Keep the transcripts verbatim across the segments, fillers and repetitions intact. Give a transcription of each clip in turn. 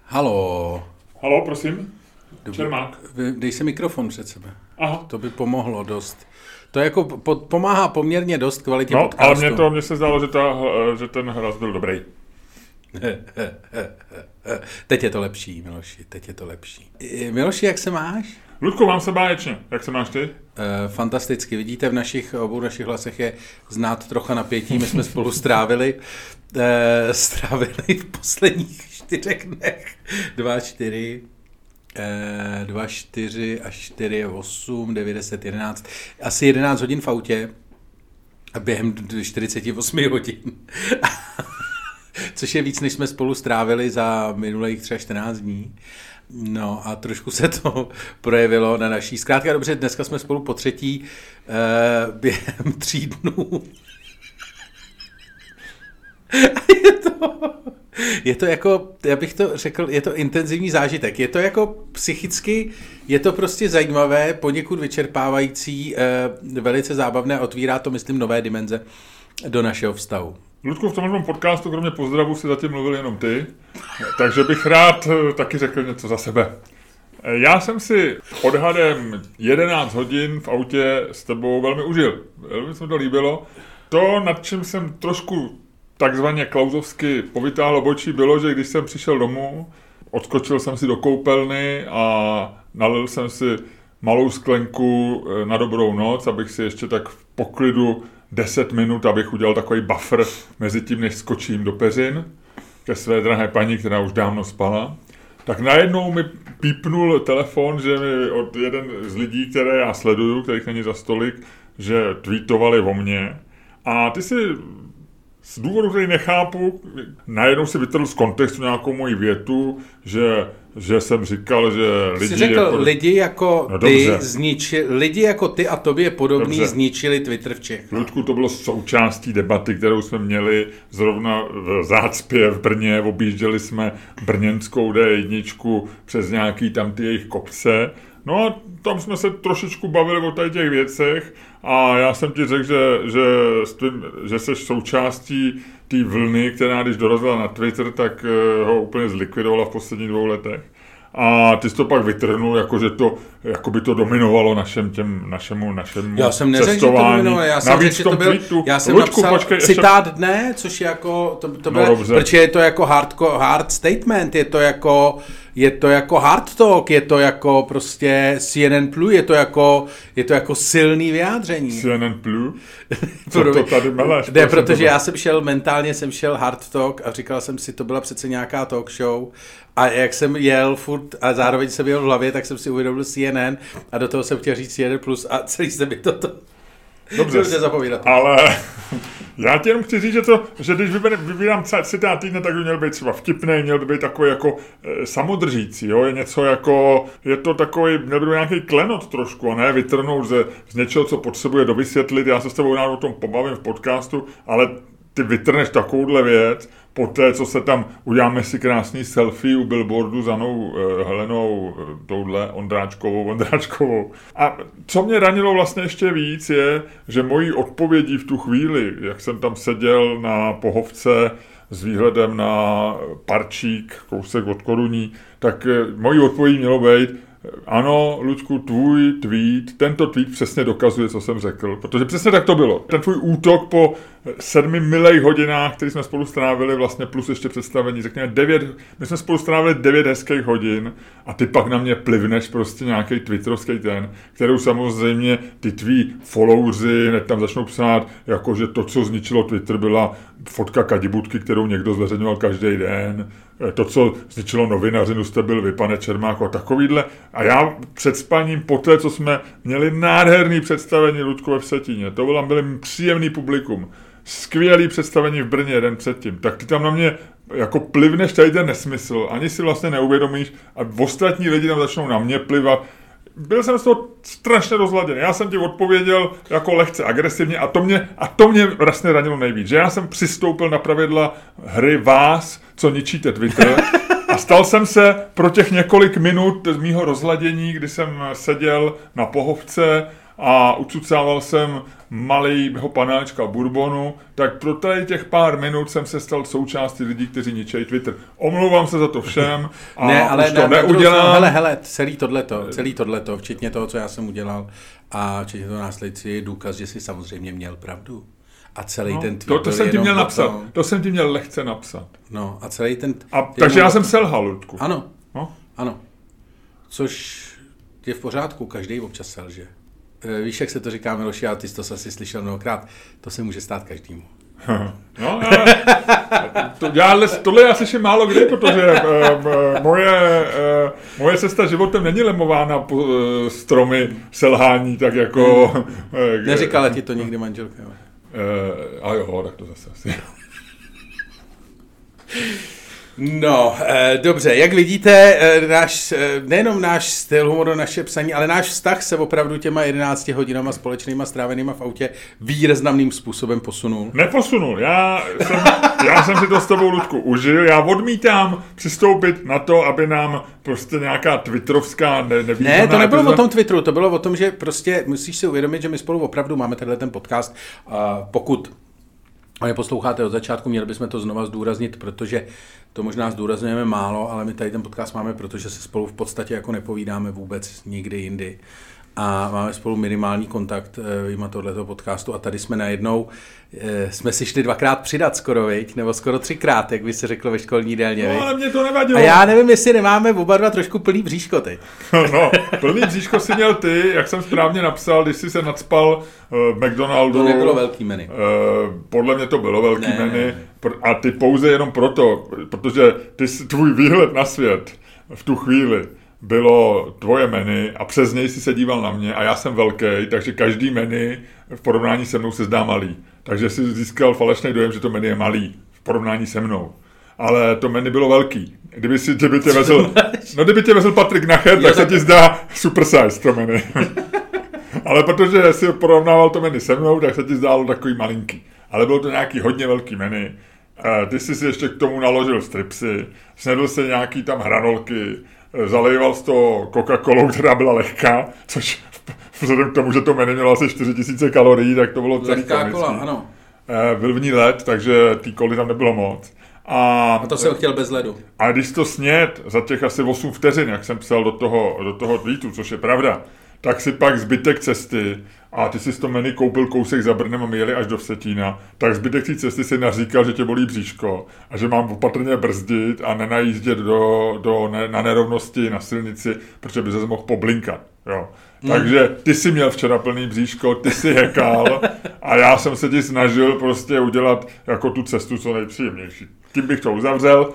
Halo. Halo, prosím. Dobrý. Čermák. Dej si mikrofon před sebe. Aha. To by pomohlo dost. To jako po, pomáhá poměrně dost kvalitě no, podcastu. Ale mně to mně se zdálo, že, ta, že ten hlas byl dobrý. Teď je to lepší, Miloši, teď je to lepší. Miloši, jak se máš? Ludku, mám se báječně. Jak se máš ty? E, fantasticky. Vidíte, v našich obou našich hlasech je znát trocha napětí. My jsme spolu strávili, e, strávili v posledních čtyřech dnech dva, čtyři, e, dva, čtyři a čtyři, osm, devět, deset, jedenáct. Asi jedenáct hodin v autě a během čtyřicet osm hodin. Což je víc, než jsme spolu strávili za minulých třeba čtrnáct dní. No a trošku se to projevilo na naší. Zkrátka dobře, dneska jsme spolu po třetí eh, během tří dnů. je, to, je to jako, já bych to řekl, je to intenzivní zážitek. Je to jako psychicky, je to prostě zajímavé, poněkud vyčerpávající, eh, velice zábavné, otvírá to, myslím, nové dimenze do našeho vztahu. Ludku, v tomhle podcastu kromě pozdravu si zatím mluvil jenom ty, takže bych rád taky řekl něco za sebe. Já jsem si odhadem jedenáct hodin v autě s tebou velmi užil. Velmi se mi to líbilo. To, nad čím jsem trošku takzvaně klauzovsky povytáhl obočí, bylo, že když jsem přišel domů, odskočil jsem si do koupelny a nalil jsem si malou sklenku na dobrou noc, abych si ještě tak v poklidu deset minut, abych udělal takový buffer mezi tím, než skočím do peřin ke své drahé paní, která už dávno spala. Tak najednou mi pípnul telefon, že mi od jeden z lidí, které já sleduju, kterých není za stolik, že tweetovali o mně. A ty si z důvodu, který nechápu, najednou si vytrhl z kontextu nějakou moji větu, že, že jsem říkal, že lidi... Jsi řekl, jako... lidi jako no, ty zničili, lidi jako ty a tobě podobný dobře. Zničili Twitter v Čechách. Ludku, to bylo součástí debaty, kterou jsme měli zrovna v Zácpě v Brně, objížděli jsme brněnskou dé jedna přes nějaký tam ty jejich kopce. No a tam jsme se trošičku bavili o tady těch věcech a já jsem ti řekl, že, že, že jsi součástí té vlny, která když dorazila na Twitter, tak ho úplně zlikvidovala v posledních dvou letech. A ty jsi to pak vytrhnul, jako, že to, jako by to dominovalo našem, těm, našemu, našemu já jsem neřekl, že to dominovalo, já jsem řekl, že to byl, tweetu, já jsem Luďku, napsal počkej, citát ještě... dne, což je jako, to, to bylo, no, protože je to jako hard, hard statement, je to jako, je to jako hard talk, je to jako prostě C N N plus, je to jako, je to jako silný vyjádření. C N N plus? Co to tady meleš? Ne, protože já jsem šel, mentálně jsem šel hard talk a říkal jsem si, to byla přece nějaká talk show a jak jsem jel furt a zároveň jsem jel v hlavě, tak jsem si uvědomil C N N a do toho jsem chtěl říct C N N plus a celý se mi toto... Dobře, ale já ti jenom chci říct, že, to, že když vybírám citát týdne, tak by měl být třeba vtipný, měl by být takový jako e, samodržící, jo? Je něco jako, je to takový, měl by být nějaký klenot trošku a ne vytrhnout ze, z něčeho, co potřebuje dovysvětlit. Já se s tebou rád o tom pobavím v podcastu, ale ty vytrhneš takovouhle věc, poté, co se tam uděláme si krásný selfie u billboardu za Anou uh, Helenou, uh, touhle Ondráčkovou, Ondráčkovou. A co mě ranilo vlastně ještě víc je, že mojí odpovědí v tu chvíli, jak jsem tam seděl na pohovce s výhledem na parčík, kousek od Koruní, tak uh, mojí odpovědí mělo být, ano, Luďku, tvůj tweet, tento tweet přesně dokazuje, co jsem řekl, protože přesně tak to bylo. Ten tvůj útok po sedmi milých hodinách, který jsme spolu strávili, vlastně plus ještě představení, řekněme devět, my jsme spolu strávili devět hezkých hodin a ty pak na mě plivneš prostě nějaký twitterovský ten, kterou samozřejmě ty tví followři hned tam začnou psát, jakože to, co zničilo Twitter, byla fotka kadibutky, kterou někdo zveřejňoval každý den, to, co zničilo novinařinu, jste byl vy, pane Čermáku, a takovýhle. A já před spaním, poté, co jsme měli nádherný představení Ludku ve Vsetíně, to bylo, byli příjemný publikum, skvělý představení v Brně jeden předtím, tak ty tam na mě jako plivneš tady ten nesmysl, ani si vlastně neuvědomíš a ostatní lidi tam začnou na mě plivat. Byl jsem z toho strašně rozladěný. Já jsem ti odpověděl jako lehce agresivně a to mě, a to mě vlastně ranilo nejvíc. Že já jsem přistoupil na pravidla hry vás, co ničíte Twitter a stal jsem se pro těch několik minut z mýho rozladění, kdy jsem seděl na pohovce a ucucával jsem malýho panáčka bourbonu, tak pro tady těch pár minut jsem se stal součástí lidí, kteří ničejí Twitter. Omlouvám se za to všem a ne, ale už to ne, neudělám. Hele, hele, celý tohleto, celý tohleto, včetně toho, co já jsem udělal a včetně toho následující je důkaz, že jsi samozřejmě měl pravdu. A celý no, ten tweet to, to jsem ti měl potom... napsat. To jsem ti měl lehce napsat. No a celý ten... A, takže já jsem selhal, Ludku. Ano, no? ano. Což je v pořádku, každý občas selže. E, víš, jak se to říká, Miloši, a ty jsi to asi slyšel mnohokrát, to se může stát každému. No, já, to, já, tohle já slyším málo kdy, protože uh, moje, uh, moje cesta životem není lemována po uh, stromy selhání, tak jako... Uh, Neříkala ti to nikdy manželka? Uh, a jo, tak to zase asi. No, eh, dobře, jak vidíte, eh, náš, eh, nejenom náš styl humoru, naše psaní, ale náš vztah se opravdu těma jedenácti hodinama společnýma strávenýma v autě výrazným způsobem posunul. Neposunul, já jsem, já jsem si to s tebou, Ludku, užil, já odmítám přistoupit na to, aby nám prostě nějaká twitterovská ne, nevýznamná... Ne, to nebylo epizoda... o tom Twitteru, to bylo o tom, že prostě musíš si uvědomit, že my spolu opravdu máme tenhle ten podcast, a pokud ale posloucháte od začátku, měli bychom to znova zdůraznit, protože to možná zdůrazňujeme málo, ale my tady ten podcast máme, protože se spolu v podstatě jako nepovídáme vůbec nikdy jindy. A máme spolu minimální kontakt vyjma tohleto podcastu a tady jsme najednou, jsme si šli dvakrát přidat skoro, viď? Nebo skoro třikrát, jak by se řeklo ve školní jídelně. No, ale mě to nevadilo. A já nevím, jestli nemáme oba dva trošku plný bříško teď. No, plný bříško si měl ty, jak jsem správně napsal, když jsi se nacpal uh, McDonaldu. To nebylo velký menu. Uh, podle mě to bylo velký ne, menu. ne, ne. A ty pouze jenom proto, protože ty, tvůj výhled na svět v tu chvíli bylo tvoje menu a přes něj si se díval na mě a já jsem velký, takže každý menu v porovnání se mnou se zdá malý. Takže si získal falešný dojem, že to menu je malý v porovnání se mnou. Ale to menu bylo velký. Kdyby si kdyby tě vezl, no kdyby tě vezl Patrik Nacher, tak se ti zdá super size to menu. Ale protože si porovnával to menu se mnou, tak se ti zdálo takový malinký. Ale bylo to nějaký hodně velký menu. Ty jsi si ještě k tomu naložil stripsy, snědl si nějaký tam hranolky, zalejval z toho Coca-Colou, která byla lehká, což vzhledem k tomu, že to menu mělo asi čtyři tisíce kalorií, tak to bylo celý lehká kola, ano. Byl v ní led, takže té koly tam nebylo moc. A, a to jsem chtěl bez ledu. A když to sněd za těch asi osm vteřin, jak jsem psal do toho, do toho tweetu, což je pravda, tak si pak zbytek cesty, a ty si to menu koupil kousek za Brnem a my jeli až do Vsetína, tak zbytek té cesty si naříkal, že tě bolí bříško a že mám opatrně brzdit a nenajíždět do, do, ne, na nerovnosti na silnici, protože by se mohl poblinkat. Jo. Hmm. Takže ty jsi měl včera plný bříško, ty jsi hekal a já jsem se ti snažil prostě udělat jako tu cestu co nejpříjemnější. Tím bych to uzavřel.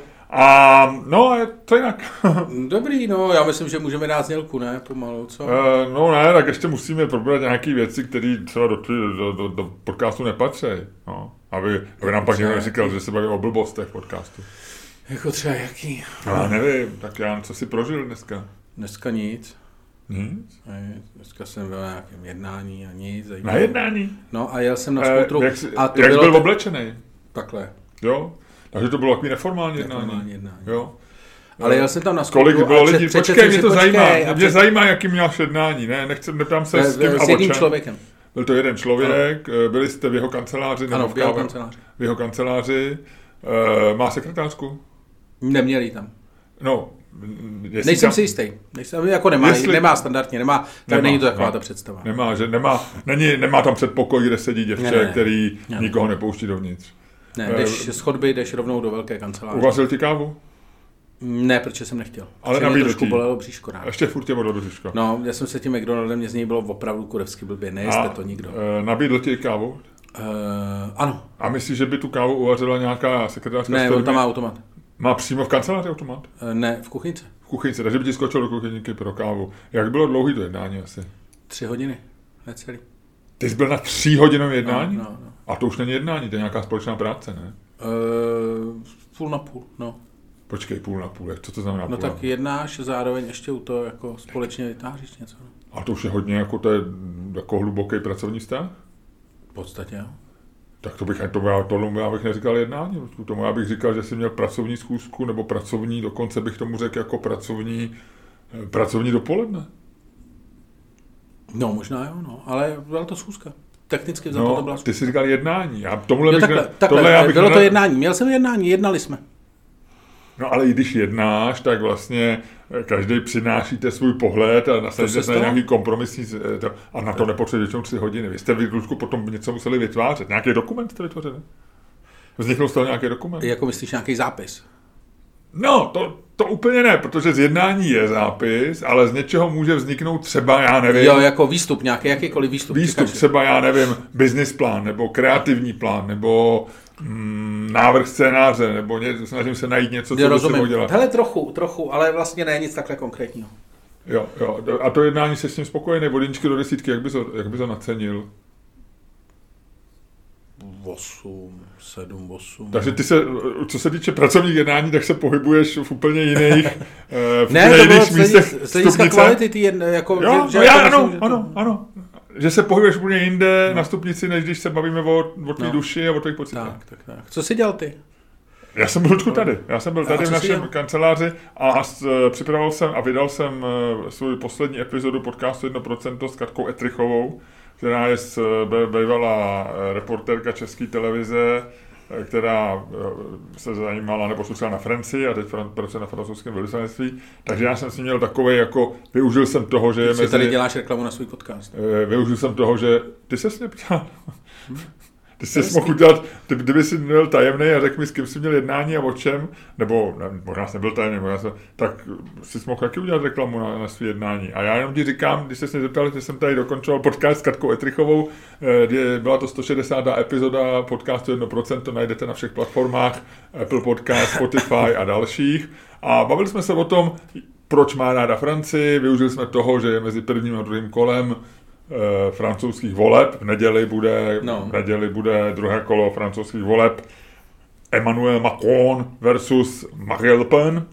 A no, je to jinak. Dobrý, no, já myslím, že můžeme dát znělku, ne, pomalu, co? E, no ne, tak ještě musíme probrat nějaké věci, které třeba do, do, do, do podcastu nepatří, no. Aby, aby nám pak někdo neříkal, že se baví o blbostech podcastu. Jako třeba jaký? Já nevím, tak já co jsi prožil dneska? Dneska nic. Nic? Ne, dneska jsem byl na nějakém jednání a nic. Na jednání? No a jel jsem na skutru. E, jak jsi, a to jak bylo byl ten... oblečený? Takhle. Jo? Takže to bylo takový neformální jednání. Neformální jednání. Jo. Ale já jsem tam na skutru. Kolik bylo lidí? Počkej, mě to počkej, zajímá. Mě před... zajímá, jaký měl jednání. Ne, nechcem, neptám se ne, s tím s jedním člověkem. Byl to jeden člověk, ano. Byli jste v jeho kanceláři? Ano, v jeho kanceláři. V jeho kanceláři. Uh, má sekretářku? Neměli tam. No, nejsem tam... si jistý. Nejsem, jako nemá, jestli... nemá standardně, nemá, nemá, není to taková ne, ta představa. Nemá, že nemá, není, nemá tam předpokoj, kde sedí děvče, ne, ne, který ne, nikoho nepouští dovnitř. Ne, jdeš z chodby, jdeš rovnou do velké kanceláře. Uvařil ti kávu? Ne, protože jsem nechtěl. Ale nabídl trošku bolelo bříško. A ještě furt tě bolelo bříško. No, já jsem se tím McDonaldem, mě z něj bylo opravdu kurevsky blbě, nejeste to nikdo. E, nabídl ti kávu? Uh, ano. A myslíš, že by tu kávu uvařila nějaká sekretářka? Ne, on tam má automat. Má přímo v kanceláři automat? E, ne, v kuchyňce. V kuchyňce, takže by ti skočil do kuchyňky pro kávu. Jak bylo dlouhý to jednání asi? Tři hodiny, necelý. Ty jsi byl na tří hodinovém jednání? No, no, no. A to už není jednání, to je nějaká společná práce, ne? Uh, půl na půl, no. Počkej, půl na půl, co to znamená No půl tak jednáš, zároveň ještě u toho jako společně vytváříš něco. No. A to už je hodně jako, to je jako hluboký pracovní vztah? V podstatě, jo. Tak to bych, tomu já, tomu já bych neříkal jednání, tomu já bych říkal, že jsi měl pracovní schůzku, nebo pracovní, dokonce bych tomu řekl jako pracovní, pracovní dopoledne. No možná jo, no, ale byla to schůzka. Technicky za no, to, to byla schůzka. Ty jsi říkal jednání. Já tomuhle jo, bych takhle, ne... takhle, tohle já bych bylo ne... to jednání, měl jsem jednání, jednali jsme. No ale i když jednáš, tak vlastně každý přinášíte svůj pohled a nasadíte na nějaký kompromisní a na to nepotřebuje většinou tři hodiny. Vy jste v Ludku potom něco museli vytvářet. Nějaký dokument jste vytvořili? Vzniknul z toho nějaký dokument? Jako myslíš nějaký zápis? No, to, to úplně ne, protože z jednání je zápis, ale z něčeho může vzniknout třeba, já nevím... Jo, jako výstup, nějaký jakýkoliv výstup. Výstup, třeba, já nevím, business plán, nebo kreativní plán, nebo mm, návrh scénáře, nebo ně, snažím se najít něco, co by se mohlo dělat. Hele, trochu, trochu, ale vlastně ne nic takhle konkrétního. Jo, jo, a to jednání se s tím spokojený, od jedničky do desítky, jak by to, jak by to nacenil? osm, sedm, osm. Takže ty se, co se týče pracovních jednání, tak se pohybuješ v úplně jiných, v ne, úplně to jiných bylo místech z hlediska kvality, ty jedno, jako... Jo, že, no že já, jako ano, myslím, ano, to... ano. Že se pohybuješ úplně jinde no. na stupnici, než když se bavíme o, o tvý no. duši a o tvých pocitech. Tak, tak, tak. Co jsi dělal ty? Já jsem byl Ludku tady. Já jsem byl tady v našem kanceláři a připravoval jsem a vydal jsem svou poslední epizodu podcastu jedno procento s Katkou Etrichovou, která je bývalá reportérka České televize, která se zajímala nebo slušela na Francii a teď pracuje na francouzském velvyslanectví. Takže já jsem si měl takovej, jako využil jsem toho, že je mezi... Ty tady děláš reklamu na svůj podcast. Využil jsem toho, že... Ty ses mě ptal... Ty jsi mohl udělat, ty, kdyby jsi byl tajemný a řekl mi, s kým jsi měl jednání a o čem, nebo ne, možná jsi nebyl tajemný, možná jsem, tak jsi mohl taky udělat reklamu na, na svý jednání. A já jenom ti říkám, když jsi se mě zeptal, že jsem tady dokončoval podcast s Katkou Etrichovou, eh, byla to sto šedesátá epizoda podcastu jedno procento, to najdete na všech platformách, Apple Podcast, Spotify a dalších. A bavili jsme se o tom, proč má ráda Francii, využili jsme toho, že je mezi prvním a druhým kolem E, francouzských voleb. V neděli bude, no. v neděli bude druhé kolo francouzských voleb Emmanuel Macron versus Marine Le Pen.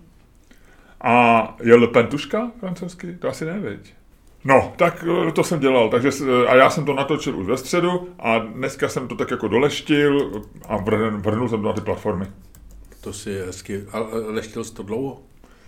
A je Le Pen tuška francouzsky? To asi nevěď. No, tak to jsem dělal. Takže, a já jsem to natočil už ve středu a dneska jsem to tak jako doleštil a vrhnul jsem to na ty platformy. To si hezky... A leštil jsi to dlouho?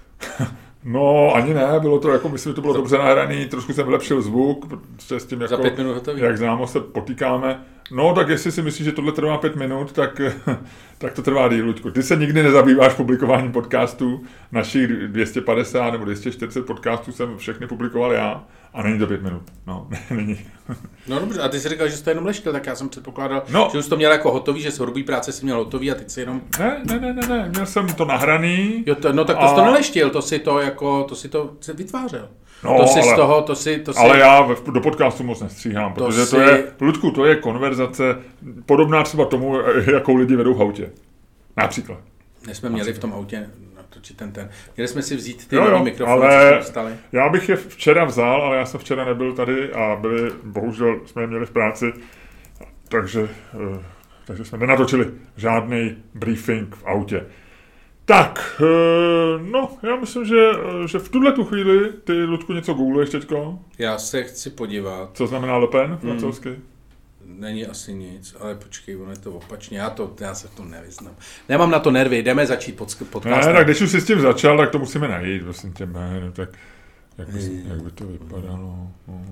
No, ani ne, bylo to jako, myslím, že to bylo dobře nahraný, trošku jsem vylepšil zvuk, protože s tím jako, za pět minut hotový. Jak známo se potýkáme. No, tak jestli si myslíš, že tohle trvá pět minut, tak, tak to trvá díl, Luďku. Ty se nikdy nezabýváš publikováním podcastů, našich dvě stě padesát nebo dvě stě čtyřicet podcastů jsem všechny publikoval já a není to pět minut, no, není. No dobře, a ty jsi říkal, že jsi to jenom leštil, tak já jsem předpokládal, no. že už to měl jako hotový, že s hrubý práce jsi měl hotový a teď si jenom... Ne, ne, ne, ne, ne. Měl jsem to nahraný. Jo, to, no tak to a... jsi to neleštil, to si to jako, to si to vytvářel. No, to si ale, z toho, to si, to si... ale já do podcastu moc nestříhám, to protože si... to je, Ludku, to je konverzace podobná třeba tomu, jakou lidi vedou v autě. Například. My jsme měli v tom autě natočit ten ten. Měli jsme si vzít ty jo, jo, mikrofony, ale co jsme dostali. Já bych je včera vzal, ale já jsem včera nebyl tady a byli, bohužel jsme je měli v práci, takže, takže jsme nenatočili žádný briefing v autě. Tak, no, já myslím, že, že v tuhle tu chvíli ty, Ludku, něco googluješ teďko? Já se chci podívat. Co znamená Le Pen francouzsky? Hmm. Není asi nic, ale počkej, ono je to opačně, já, to, já se v tom nevyznám. Nemám na to nervy, jdeme začít pod, podcast. Ne, tak když už jsi s tím začal, tak to musíme najít, vlastně tě, ne, tak jak by, jak by to vypadalo? No.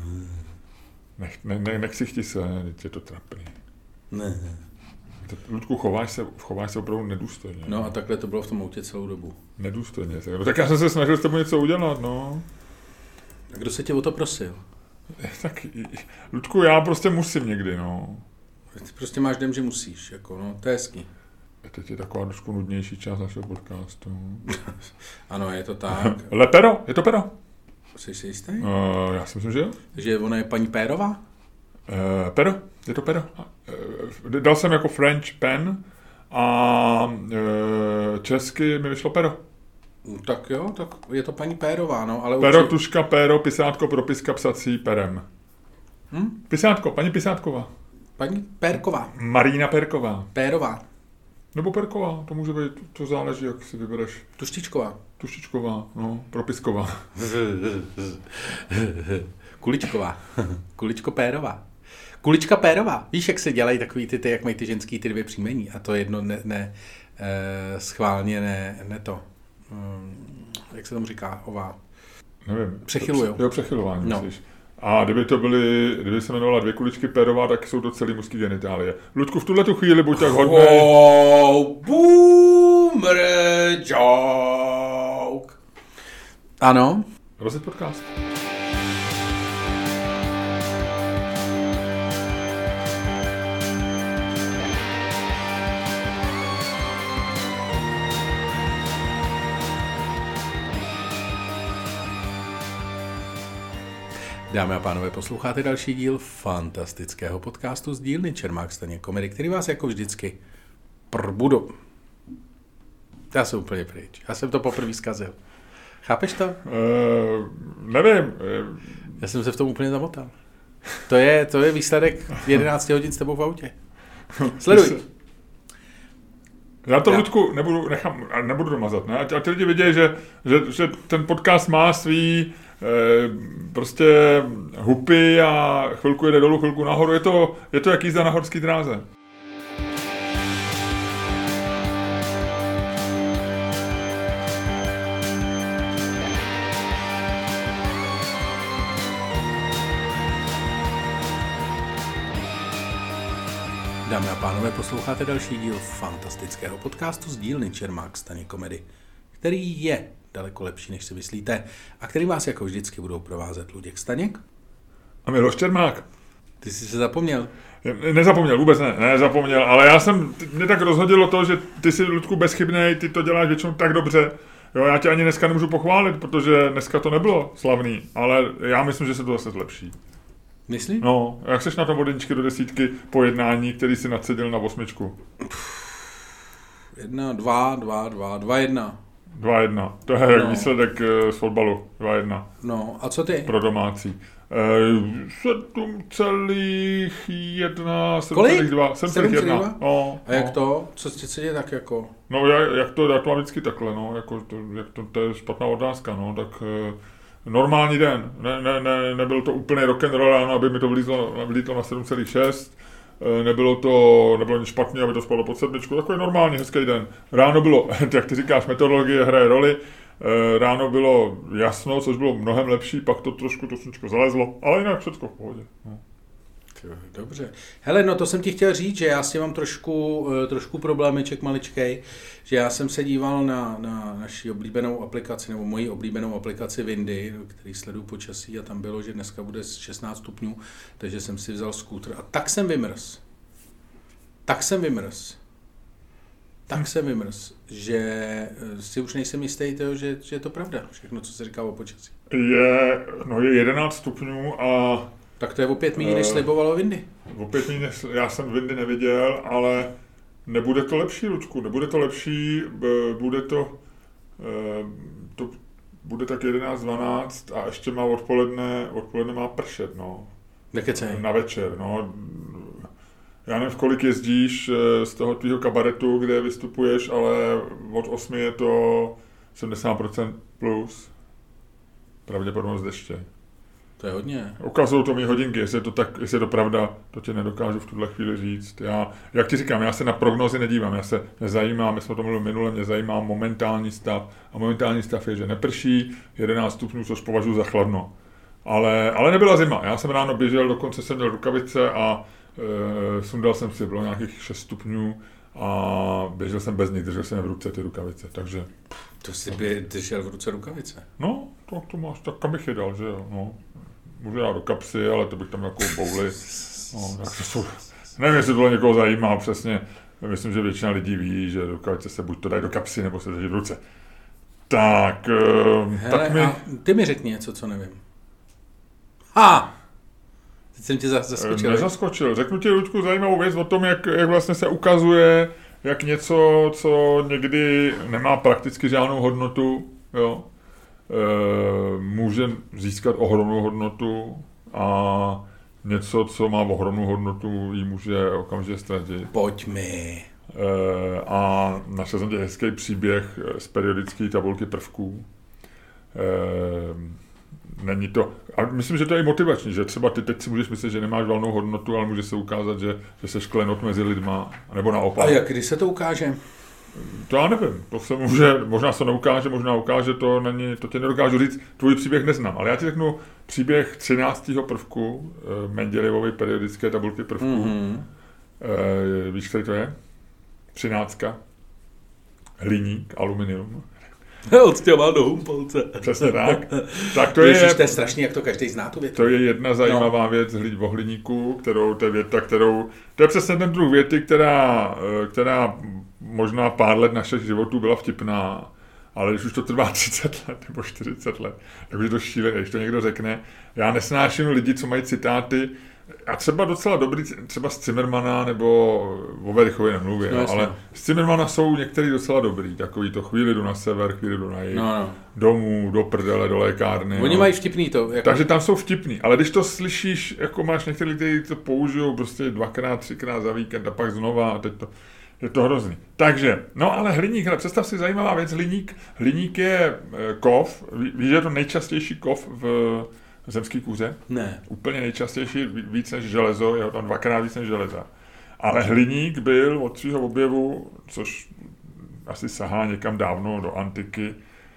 Nech, ne, ne, nech si chti se, je to trapný. Ne. Ludku, chováš se, chováš se opravdu nedůstojně. No a takhle to bylo v tom autě celou dobu. Nedůstojně. No, tak já jsem se snažil s tebou něco udělat, no. A kdo se tě o to prosil? Tak, Ludku, já prostě musím někdy, no. Ty prostě máš dem, že musíš, jako, no, to je hezký. Teď je taková trošku nudnější část našeho podcastu. Ano, je to tak. Le Pero, je to Pero? Jsi si jistý? Uh, já si myslím, že jo. Takže ona je paní Pérová? Uh, Pero, je to Pero. Uh, dal jsem jako French pen a uh, česky mi vyšlo Pero. Tak jo, tak je to paní Pérová, no, ale... Pero, určitě... tuška, péro, pisátko, propiska, psací, perem. Hm? Pisátko, paní Pisátková. Paní Pérková. Marína Pérková. Pérová. Nebo Pérková, to může být, to záleží, jak si vybereš. Tuštičková. Tuštičková, no, propisková. Kuličková. Kuličko Pérová. Kulička Pérová. Víš, jak se dělají takový ty, ty jak mají ty ženský ty dvě příjmení. A to jedno ne, ne eh, schválně ne, ne to. Hmm, jak se tomu říká, ová. Nevím. Přechylujou. Jo, přechylování, no. myslíš. A kdyby to byly, kdyby se jmenovala Dvě kuličky pérová, tak jsou to celý mužský genitálie. Ludku, v tuhle tu chvíli buď tak hodný. Oh, boomer joke. Ano. Rozjet podcast. Dámy a pánové, posloucháte další díl fantastického podcastu z dílny Čermák Staněk Komedy, který vás jako vždycky prbudu. Já jsem úplně pryč. Já jsem to poprvé zkazil. Chápeš to? Uh, nevím. Já jsem se v tom úplně zamotal. To je, to je výsledek jedenáct hodin s tebou v autě. Sleduj. Já to, Ludku, nebudu, nechám, nebudu domazat. Ne? A ti lidi vidějí, že, že, že ten podcast má svý prostě hupy a chvilku jede dolů, chvilku nahoru. Je to, je to jak jízda na horský dráze. Dámy a pánové, posloucháte další díl fantastického podcastu z dílny Čermák Staněk Komedy, který je daleko lepší, než si myslíte, a který vás jako vždycky budou provázet Luděk Staněk. A Miloš Čermák. Ty jsi se zapomněl? Nezapomněl, vůbec ne, nezapomněl, ale já jsem, mě tak rozhodilo to, že ty jsi, Ludku, bezchybnej, ty to děláš většinou tak dobře. Jo, já tě ani dneska nemůžu pochválit, protože dneska to nebylo slavný, ale já myslím, že se to zase zlepší. Myslíš? No, jak seš na tom od jedničky do desítky po jednání, který si nadsedil na osmičku? Jedna, dva, dva, dva, dva, jedna. dva jedna. To je no. Výsledek z fotbalu. dva jedna. No, a co ty? Pro domácí. sedm celých jedna. sedm celých dva. sedm celých jedna. No, a jak no. to? Co se děje tak jako? No, jak, jak to, já to mám vždycky takhle, no. Jako to, jak to, to je špatná otázka, no. Tak normální den. Ne, ne, ne, nebyl to úplný rock'n'roll ráno, aby mi to vlítlo, vlítlo na sedm celých šest. Nebylo to, nebylo nic špatný, aby to spadlo pod sedmičku, takový normální, hezký den. Ráno bylo, jak ty říkáš, meteorologie hraje roli, ráno bylo jasno, což bylo mnohem lepší, pak to trošku to sluníčko zalezlo, ale jinak všechno v pohodě. No. Dobře. Hele, no to jsem ti chtěl říct, že já si mám trošku, trošku problémeček maličkej, že já jsem se díval na, na naši oblíbenou aplikaci, nebo moji oblíbenou aplikaci Windy, který sleduju počasí, a tam bylo, že dneska bude šestnáct stupňů, takže jsem si vzal skútr a tak jsem vymrz. Tak jsem vymrz. Tak jsem vymrz, že si už nejsem jistý, toho, že, že je to pravda, všechno, co se říká o počasí. Je, no je jedenáct stupňů a... Tak to je o pět méně, než slibovalo Windy. O pět méně, já jsem Windy neviděl, ale nebude to lepší, Lučku, nebude to lepší, bude to, to bude tak jedenáct dvanáct a ještě má odpoledne, odpoledne má pršet, no. Nekecej. Na večer, no. Já nevím, v kolik jezdíš z toho tvýho kabaretu, kde vystupuješ, ale od osmi je to sedmdesát procent plus. Pravděpodobnost deště. To je hodně. Ukazují to mi hodinky, jestli je to, tak, jestli je to pravda, to tě nedokážu v tuhle chvíli říct. Já, jak ti říkám, já se na prognozy nedívám, já se nezajímám, my jsme to mluvili minule, mě zajímá momentální stav. A momentální stav je, že neprší, jedenáct stupňů, což považuji za chladno. Ale, ale nebyla zima, já jsem ráno běžel, dokonce jsem měl rukavice a e, sundal jsem si, bylo nějakých šest stupňů a běžel jsem bez nich, držel jsem v ruce ty rukavice, takže... To jsi by držel v ruce rukavice? No, to, to máš, tak kam bych je dal, že jo, no. Můžu dát do kapsy, ale to bych tam jako bouli. No, tak to jsou, nevím, jestli tohle někoho zajímá přesně. Myslím, že většina lidí ví, že rukavice se buď to dají do kapsy, nebo se drží v ruce. Tak, hele, tak mi... A ty mi řekni něco, co nevím. Ha! Teď jsem tě zaskočil. Nezaskočil. Řeknu ti, Luďku, zajímavou věc o tom, jak, jak vlastně se ukazuje, jak něco, co někdy nemá prakticky žádnou hodnotu, jo, může získat ohromnou hodnotu a něco, co má ohromnou hodnotu, ji může okamžitě ztratit. Pojď mi. A našel jsem tě hezký příběh z periodické tabulky prvků. Není to, a myslím, že to je i motivační, že třeba ty teď si můžeš myslet, že nemáš valnou hodnotu, ale může se ukázat, že, že seš klenot mezi lidma, nebo naopak. A jak, kdy se to ukáže? To já nevím, to se může, možná se neukáže, možná ukáže, to není, to tě nedokážu říct, tvůj příběh neznám, ale já ti řeknu příběh třináctého prvku Mendelejevovy periodické tabulky prvků. Mm-hmm. E, víš, který to je? Třináctka. Hliník, aluminium. Odstěhoval do Humpoldtce. Přesně tak. Tak to Ježiš, je, to je strašný, jak to každý zná tu větu. To je jedna zajímavá no. věc o hliníku, kterou, to je věta, kterou, to je přesně ten druh věty, která, která možná pár let našich životů byla vtipná, ale když už to trvá třicet let nebo čtyřicet let, tak už je to šílené, když to někdo řekne. Já nesnáším lidi, co mají citáty, a třeba docela dobrý, třeba z Zimmermana nebo o Verichovi nemluvě, no, ale z Zimmermana jsou některý docela dobrý, takový to chvíli jdu na sever, chvíli jdu na jih, no, no. domů, do prdele, do lékárny. Oni no. mají vtipný to. Jako... Takže tam jsou vtipný, ale když to slyšíš, jako máš některý, kteří to použijou prostě dvakrát, třikrát za víkend a pak znova a teď to, je to hrozný. Takže, no ale hliník, ale představ si zajímavá věc, hliník, hliník je kov, víš, že je to nejčastější kov v zemský kůře? Ne. Úplně nejčastější, víc než železo, je tam dvakrát víc než železa. Ale hliník byl od svého objevu, což asi sahá někam dávno do antiky,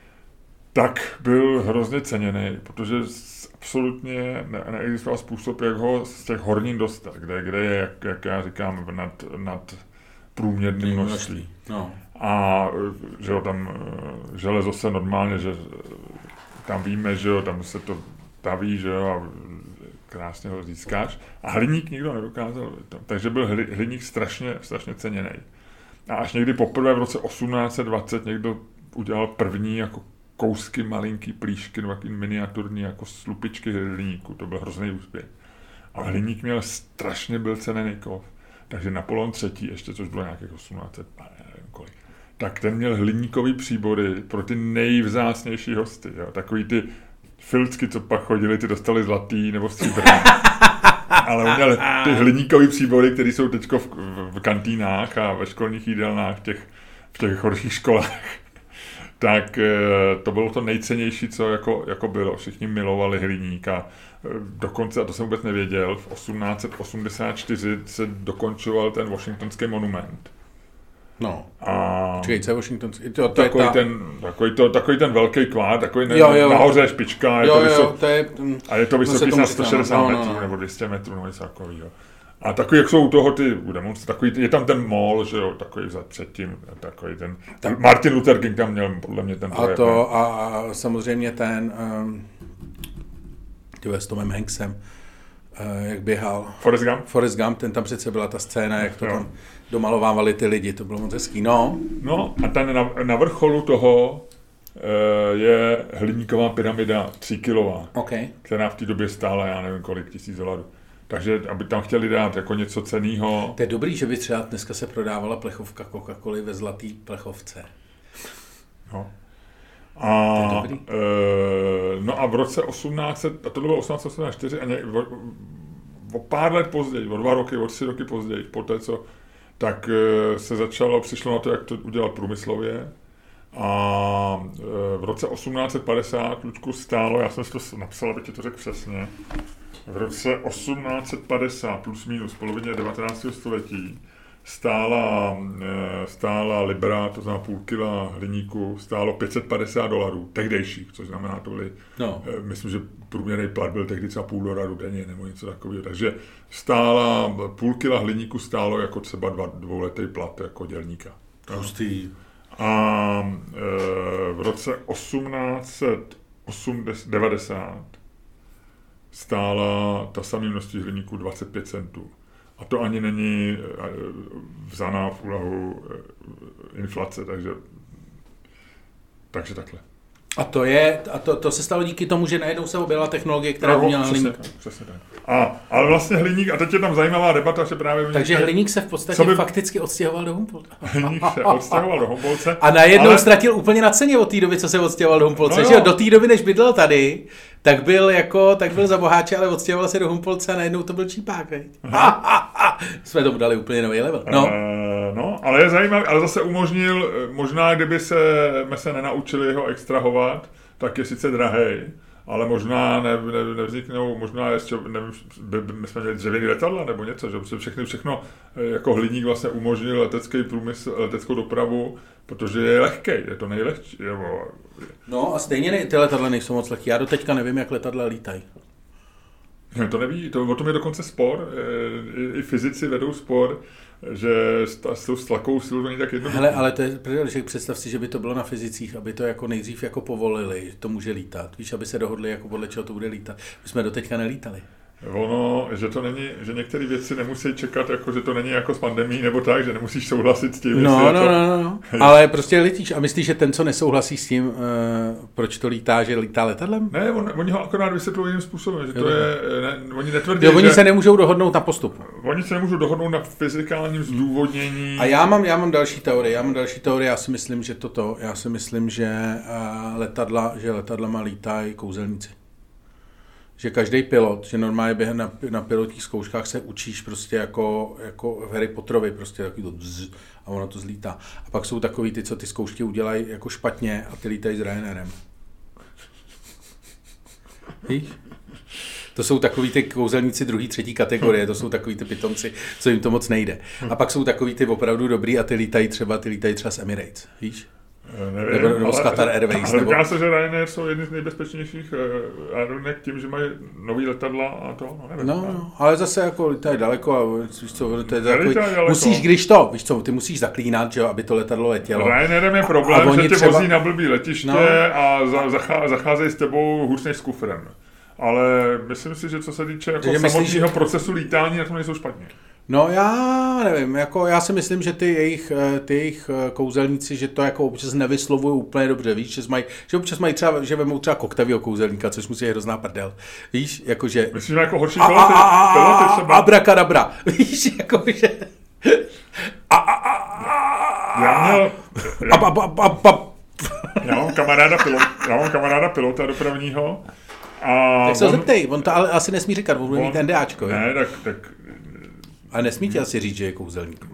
tak byl hrozně ceněný, protože absolutně ne- neexistoval způsob, jak ho z těch hornin dostat, kde, kde je, jak, jak já říkám, nad, nad průměrným množství. No. A že jo, tam železo se normálně, že tam víme, že jo, tam se to taví, že jo, a krásně ho získáš. A hliník nikdo nedokázal. Takže byl hliník strašně, strašně ceněný. A až někdy poprvé v roce osmnáct set dvacet někdo udělal první jako kousky, malinký plíšky, takový miniaturní jako slupičky hliníku. To byl hrozný úspěch. A hliník měl strašně byl cenný kov. Takže Napoleon třetí, ještě, což bylo nějakých osmnáct set, nevím kolik, tak ten měl hliníkový příbory pro ty nejvzácnější hosty. Jo. Takový ty filcky, co pak chodili, ty dostali zlatý nebo stříbrný. Ale on měl ty hliníkový příbory, které jsou teď v, v kantýnách a ve školních jídelnách v těch, v těch horších školách. Tak to bylo to nejcennější, co jako, jako bylo. Všichni milovali hliník a dokonce, a to jsem vůbec nevěděl, v osmnáct set osmdesát čtyři se dokončoval ten Washingtonský monument. No. A čekej, co je Washingtonský? To, to takový, je ta... ten, takový, to, takový ten velký kvát, takový ne, jo, jo. nahoře špička. Je jo, to vysok... jo, to je... A je to vysoký na sto šedesát no, metrů, no, no. nebo dvě stě metrů, nebo něco takového. A takový, jak jsou u toho ty demonstrace, takový, je tam ten mall, že jo, takový vzad předtím, takový ten, tak. Martin Luther King tam měl podle mě ten projev. A to, a, a samozřejmě ten, um, tyhle s Tomem Hanksem, uh, jak běhal. Forrest Gump? Forrest Gump, ten tam přece byla ta scéna, jak to jo. tam domalovávali ty lidi, to bylo moc hezký, no. No a ten na, na vrcholu toho uh, je hliníková pyramida tříkilová, okay. která v té době stála, já nevím kolik, tisíc dolarů. Takže, aby tam chtěli dát jako něco cenného. To je dobrý, že by třeba dneska se prodávala plechovka Coca-Coly ve zlatý plechovce. No. A, e, no a v roce osmnáct set, a to bylo osmnáct set osmdesát čtyři, a ně, o, o pár let později, o dva roky, o tři roky později, poté co, tak e, se začalo, přišlo na to, jak to udělat průmyslově. A e, v roce osmnáct set padesát, Luďku, stálo, já jsem si to napsal, aby ti to řekl přesně, v roce osmnáct set padesát plus minus polovině devatenáctého století stála, stála libra, to znamená půl kila hliníku, stálo pět set padesát dolarů, tehdejších, což znamená, to byly, no. myslím, že průměrný plat byl tehdy třeba půl dolaru denně nebo něco takového, takže stála, půl kila hliníku stálo jako třeba dva, dvouletý plat jako dělníka. Hustý. A e, v roce osmnáct set devadesát stála ta samé množství hliníku dvacet pět centů. A to ani není vzaná v úvahu inflace, takže, takže takhle. A to je, a to, to se stalo díky tomu, že najednou se objevila technologie, která no, měla hliník. Přesně tak. A, ale vlastně hliník, a teď je tam zajímavá debata, že právě... Takže hliník se v podstatě by... fakticky odstěhoval do Humboldta. Hliník se odstěhoval do Humboldce. A najednou ale... ztratil úplně na ceně od té doby, co se odstěhoval do Humboldce. No, že do té doby, než bydlel tady, tak byl jako, tak byl za boháče, ale odstěhoval se do Humboldce a najednou to byl čípák, veď? Jsme tomu dali úplně nový level. No. Uh, no, ale je zajímavý, ale zase umožnil, možná kdyby se, my se nenaučili ho extrahovat, tak je sice drahej, ale možná ne, ne, nevzniknou, možná ještě, nevím, by, by, my jsme měli dřevěný letadla nebo něco, že protože všechny, všechno jako hliník vlastně umožnil letecký průmysl, leteckou dopravu, protože je lehký, je to nejlehčí. Nebo... No a stejně ty letadla nejsou moc lehký, já do teďka nevím, jak letadla lítají. Ne, to neví, to, o tom je dokonce spor, i, i fyzici vedou spor, že s tou tlakovou silou to není tak jednoduché. Hele, ale to je, protože představ si, že by to bylo na fyzicích, aby to jako nejdřív jako povolili, že to může lítat. Víš, aby se dohodli, jako podle čeho to bude lítat. My jsme doteďka nelítali. Ono, že to není, že některé věci nemusí čekat, jako že to není jako s pandemií nebo tak, že nemusíš souhlasit s tím. No, no, to... no, no, ale prostě letíš a myslíš, že ten, co nesouhlasí s tím, uh, proč to lítá, že lítá letadlem? Ne, on, oni ho akorát vysvětlují jiným způsobem, že to je, ne, oni netvrdí, jo, oni že... se nemůžou dohodnout na postup. Oni se nemůžou dohodnout na fyzikálním zdůvodnění. A já mám, já mám další teorii, já mám další teorii, já si myslím, že toto, já si myslím, že uh, letadla, že letadlama lítají kouzelníci. Že každý pilot, že normálně během na, na pilotních zkouškách se učíš prostě jako, jako v Harry Potterovi, prostě takový to bzz, a ono to zlítá. A pak jsou takový ty, co ty zkoušky udělají jako špatně a ty lítají s Ryanairem. Víš? To jsou takový ty kouzelníci druhý, třetí kategorie, to jsou takový ty pitomci, co jim to moc nejde. A pak jsou takový ty opravdu dobrý a ty lítají třeba, ty lítají třeba z Emirates, víš? Nevím, nebo, nebo z Qatar Airways. Ale říká se, že Ryanair jsou jedny z nejbezpečnějších uh, aerolinek tím, že mají nový letadla a to, no nevím. No, no, ale zase jako lítají daleko a víš co, to je takový, daleko. Musíš, když to, víš co, ty musíš zaklínat, že jo, aby to letadlo letělo. Ryanairem je problém, že ty třeba... vozí na blbý letiště no. a za, zachá, zacházejí s tebou hůř než s kufrem. Ale myslím si, že co se týče jako samotného myslíš... procesu lítání, na tom nejsou špatně. No já nevím, jako já si myslím, že ty jejich, ty jejich kouzelníci, že to jako občas nevyslovují úplně dobře, víš, že mají, že občas mají třeba, že vemou třeba koktavýho kouzelníka, což musí je hrozná prdel, víš, jakože... Myslím, že jako horší piloty, piloty třeba... Abrakadabra, víš, jakože... Já měl... Já... Já mám kamaráda pilota, já mám kamaráda pilota dopravního a... Tak se ho zeptej, on to ale asi nesmí říkat, on bude mít NDAčko, ne, tak, tak a nesmí ti asi říct, že je kouzelník.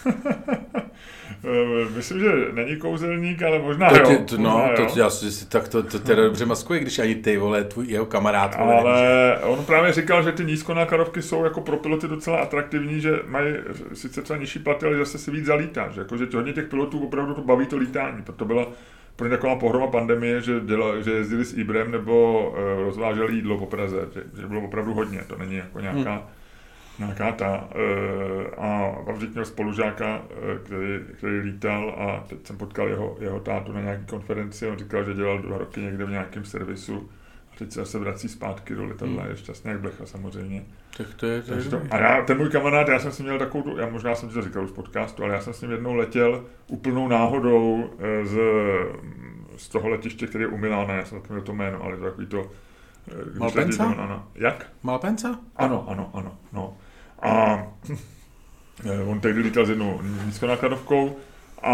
Myslím, že není kouzelník, ale možná to, jo. To, no, možná, to, jo. Já si, tak to, to teda dobře maskuje, když ani ty, vole, tvůj jeho kamarád. Vole, ale nevíš. On právě říkal, že ty nízkonákladovky jsou jako pro piloty docela atraktivní, že mají sice třeba nižší platy, ale zase si víc zalítá. Že, jako, že hodně těch pilotů opravdu to baví to lítání. Proto byla pro ně taková pohroma pandemie, že, děla, že jezdili s Ibrem nebo uh, rozváželi jídlo po Praze. Že, že bylo opravdu hodně, to není jako nějaká... Hmm. nějaká ta, a Vavřík měl spolužáka, který, který lítal a teď jsem potkal jeho, jeho tátu na nějaké konferenci a on říkal, že dělal dva roky někde v nějakém servisu a teď se zase vrací zpátky do letadla, hmm. je šťastný jak blecha samozřejmě. Tak to je, to je to, a já, ten můj kamarád, já jsem si měl takovou, já možná jsem ti to říkal už z podcastu, ale já jsem s ním jednou letěl úplnou náhodou z, z toho letiště, které je u Milána, já jsem měl to jméno, ale to takový to... Malpensa? Ano. Jak? Malpensa? Ano, ano, ano, no. A on tehdy lítal s jednou nízkonákladovkou a,